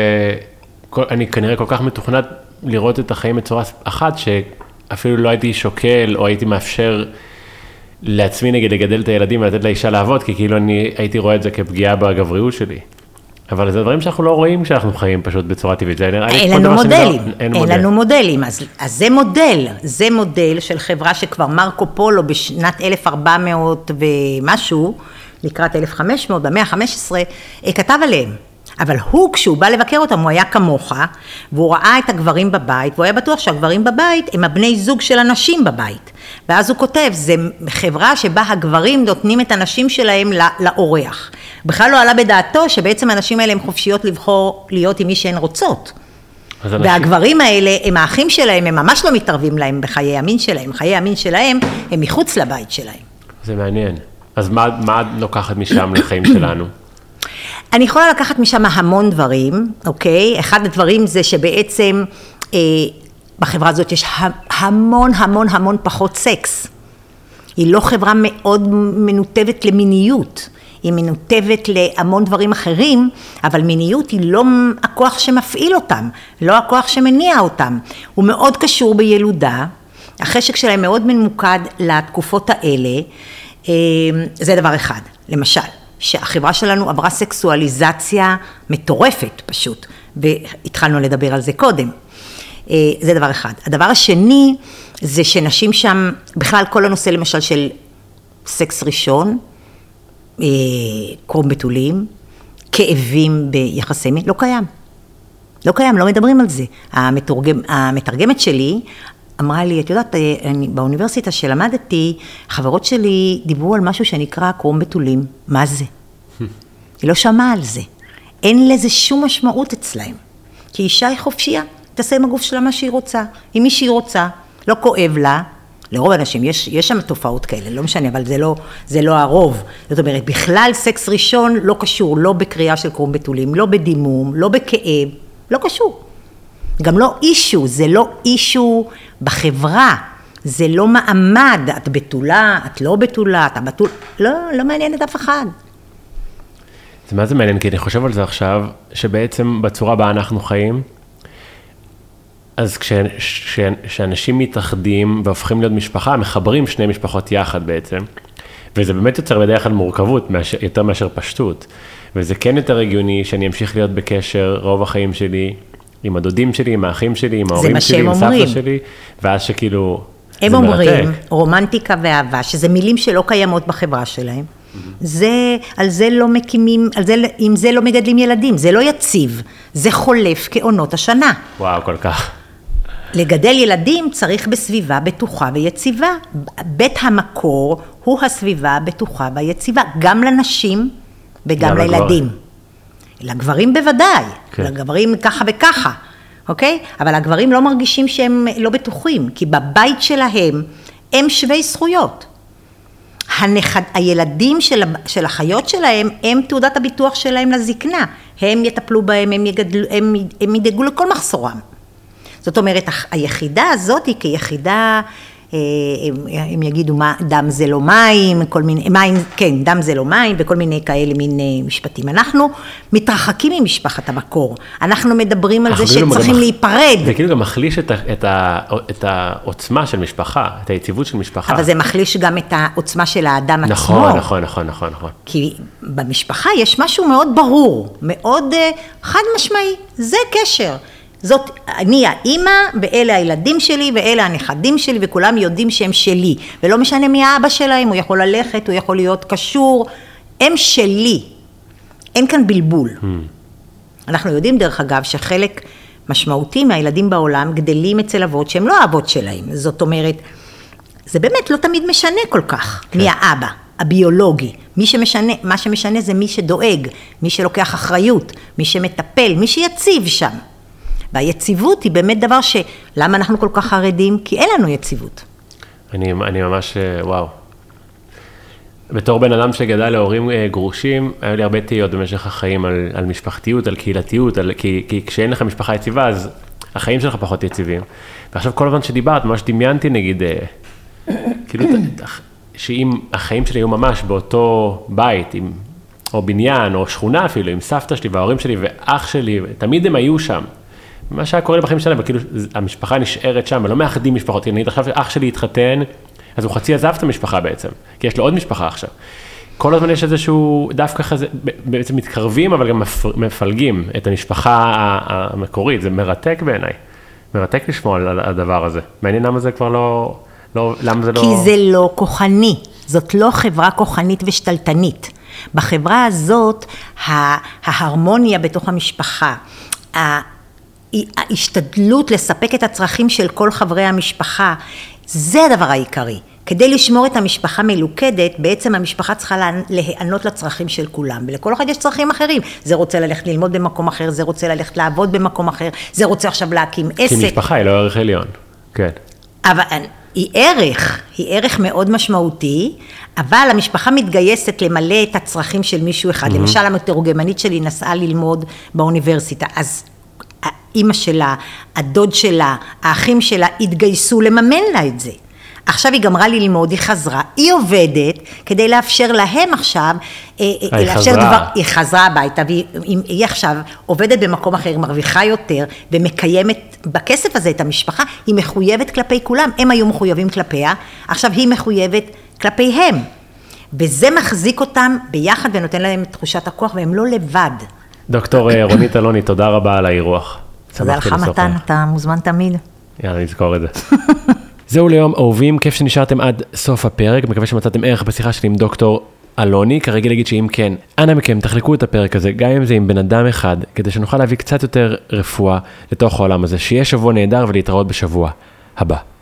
Speaker 1: כנראה כל כך מתוכנת לראות את החיים בצורה אחת, שאפילו לא הייתי שוקל או הייתי מאפשר לעצמי נגיד לגדל את הילדים ולתת לאישה לעבוד, כי כאילו אני הייתי רואה את זה כפגיעה בגבריות שלי. אבל זה דברים שאנחנו לא רואים כשאנחנו חיים פשוט בצורה טבעית.
Speaker 2: אין לנו מודלים. אז זה מודל של חברה שכבר מרקו פולו בשנת 1400 ומשהו, לקראת 1500, במאה ה-15, כתב עליהם. אבל הוא, כשהוא בא לבקר אותם, הוא היה כמוך, והוא ראה את הגברים בבית, והוא היה בטוח שהגברים בבית הם הבני זוג של הנשים בבית. ואז הוא כותב, זה חברה שבה הגברים נותנים את הנשים שלהם לאורח. בכלל לא עלה בדעתו שבעצם הנשים האלה הם חופשיות לבחור להיות עם מי שהן רוצות. והגברים האלה, הם האחים שלהם, הם ממש לא מתערבים להם בחיי המין שלהם. חיי המין שלהם הם מחוץ לבית שלהם.
Speaker 1: זה מעניין. אז מה את לוקחת משם לחיים שלנו?
Speaker 2: אני יכולה לקחת משם המון דברים, אוקיי? אחד הדברים זה שבעצם בחברה הזאת יש המון פחות סקס. היא לא חברה מאוד מנותבת למיניות, היא מנותבת להמון דברים אחרים, אבל מיניות היא לא הכוח שמפעיל אותם, לא הכוח שמניע אותם. הוא מאוד קשור בילודה, החשק שלהם מאוד ממוקד לתקופות האלה, זה דבר אחד, למשל. שהחברה שלנו עברה סקסואליזציה מטורפת פשוט, והתחלנו לדבר על זה קודם. זה דבר אחד. הדבר השני, זה שנשים שם, בכלל כל הנושא למשל של סקס ראשון, קרום בתולים, כאבים ביחסי מין, לא קיים. לא קיים, לא מדברים על זה. המתרגמת שלי אמרה לי, את יודעת, באוניברסיטה שלמדתי, חברות שלי דיברו על משהו שנקרא קרום בתולים. מה זה? היא לא שמעה על זה. אין לזה שום משמעות אצלהם. כי אישה היא חופשייה, תעשה עם הגוף שלה מה שהיא רוצה. עם מי שהיא רוצה, לא כואב לה. לרוב האנשים, יש שם תופעות כאלה, לא משנה, אבל זה לא הרוב. זאת אומרת, בכלל סקס ראשון לא קשור, לא בקריאה של קרום בתולים, לא בדימום, לא בכאב, לא קשור. גם לא אישו, זה לא אישו בחברה, זה לא מעמד, את בתולה, את לא בתולה, אתה בתולה, לא מעניין את אף אחד.
Speaker 1: זה מה זה מעניין, כי אני חושב על זה עכשיו, שבעצם בצורה בה אנחנו חיים, אז כשאנשים מתאחדים והופכים להיות משפחה, מחברים שני משפחות יחד בעצם, וזה באמת יוצר בדרך כלל מורכבות, יותר מאשר פשטות, וזה כן יותר הגיוני שאני אמשיך להיות בקשר רוב החיים שלי, עם הדודים שלי, עם האחים שלי, עם ההורים שלי, עם סבתא שלי, ואז שכאילו,
Speaker 2: הם אומרים, רומנטיקה ואהבה, שזה מילים שלא קיימות בחברה שלהם, על זה לא מקימים, עם זה לא מגדלים ילדים, זה לא יציב, זה חולף כעונות השנה.
Speaker 1: וואו, כל כך.
Speaker 2: לגדל ילדים צריך בסביבה בטוחה ויציבה. בית המקור הוא הסביבה הבטוחה והיציבה, גם לנשים וגם לילדים. לגברים בוודאי, לגברים ככה וככה, אוקיי? אבל הגברים לא מרגישים שהם לא בטוחים, כי בבית שלהם הם שווי זכויות. הילדים של החיות שלהם הם תעודת הביטוח שלהם לזקנה. הם יטפלו בהם, הם ידאגו לכל מחסורם. זאת אומרת, היחידה הזאת היא כיחידה, הם יגידו דם זה לא מים, כל מיני, מים, כן, דם זה לא מים, וכל מיני כאלה מין משפטים. אנחנו מתרחקים ממשפחת המקור. אנחנו מדברים על זה שצריכים להיפרד.
Speaker 1: זה כאילו גם מחליש את העוצמה של משפחה, את היציבות של משפחה.
Speaker 2: אבל זה מחליש גם את העוצמה של האדם עצמו.
Speaker 1: נכון.
Speaker 2: כי במשפחה יש משהו מאוד ברור, מאוד חד משמעי, זה קשר. אני האמא, ואלה הילדים שלי, ואלה הנכדים שלי, וכולם יודעים שהם שלי. ולא משנה מי האבא שלהם, הוא יכול ללכת, הוא יכול להיות קשור. הם שלי. אין כאן בלבול. אנחנו יודעים דרך אגב שחלק משמעותי מהילדים בעולם גדלים אצל אבות שהם לא האבות שלהם. זאת אומרת, זה באמת לא תמיד משנה כל כך. מי האבא, הביולוגי. מה שמשנה זה מי שדואג, מי שלוקח אחריות, מי שמטפל, מי שיציב שם. והיציבות היא באמת דבר למה אנחנו כל כך חרדים? כי אין לנו יציבות. אני
Speaker 1: ממש, וואו. בתור בן אדם שגדל להורים גרושים, היה לי הרבה תהיות במשך החיים על משפחתיות, על קהילתיות, כי כשאין לך משפחה יציבה, אז החיים שלך פחות יציבים. ועכשיו כל הזמן שדיברת, ממש דמיינתי נגיד, כאילו, שאם החיים שלי היו ממש באותו בית, או בניין, או שכונה אפילו, עם סבתא שלי וההורים שלי ואח שלי, תמיד הם היו שם. מה שהיה קורה לי בחיים שלהם, וכאילו המשפחה נשארת שם, ולא מאחדים משפחות. נגיד עכשיו אח שלי התחתן, אז הוא חצי עזב את המשפחה בעצם, כי יש לו עוד משפחה עכשיו. כל הזמן יש איזשהו, דווקא כזה, בעצם מתקרבים, אבל גם מפלגים את המשפחה המקורית. זה מרתק בעיניי. מרתק לשמוע על הדבר הזה. מעניין למה זה כבר למה זה לא...
Speaker 2: כי זה לא כוחני. זאת לא חברה כוחנית ושתלטנית. בחברה הזאת, ההרמוניה בתוך המשפחה, ההשתדלות לספק את הצרכים של כל חברי המשפחה, זה הדבר העיקרי. כדי לשמור את המשפחה מלוכדת, בעצם המשפחה צריכה להיענות לצרכים של כולם, ולכל אחד יש צרכים אחרים. זה רוצה ללכת ללמוד במקום אחר, זה רוצה ללכת לעבוד במקום אחר, זה רוצה עכשיו להקים עסק.
Speaker 1: כי משפחה היא לא ערך עליון, כן.
Speaker 2: אבל היא ערך מאוד משמעותי, אבל המשפחה מתגייסת למלא את הצרכים של מישהו אחד. למשל, המתורגמנית שלי נסעה ללמוד באוניברסיטה, אז האמא שלה, הדוד שלה, האחים שלה, התגייסו לממן לה את זה. עכשיו היא גמרה לי ללמוד, היא חזרה, היא עובדת כדי לאפשר להם עכשיו, היא חזרה הביתה, והיא עכשיו עובדת במקום אחר, מרוויחה יותר, ומקיימת בכסף הזה את המשפחה, היא מחויבת כלפי כולם, הם היו מחויבים כלפיה, עכשיו היא מחויבת כלפיהם, וזה מחזיק אותם ביחד ונותן להם את תחושת הכוח, והם לא לבד.
Speaker 1: דוקטור רונית אלוני, תודה רבה על האירוח.
Speaker 2: תודה לך מתן, אתה מוזמן תמיד.
Speaker 1: יאללה, נזכור את זה. זהו ליום אהובים, כיף שנשארתם עד סוף הפרק, מקווה שמצאתם ערך בשיחה שלי עם דוקטור אלוני, כרגע להגיד שאם כן, אנא מכם, תחלקו את הפרק הזה, גם אם זה עם בן אדם אחד, כדי שנוכל להביא קצת יותר רפואה לתוך העולם הזה, שיהיה שבוע נהדר ולהתראות בשבוע הבא.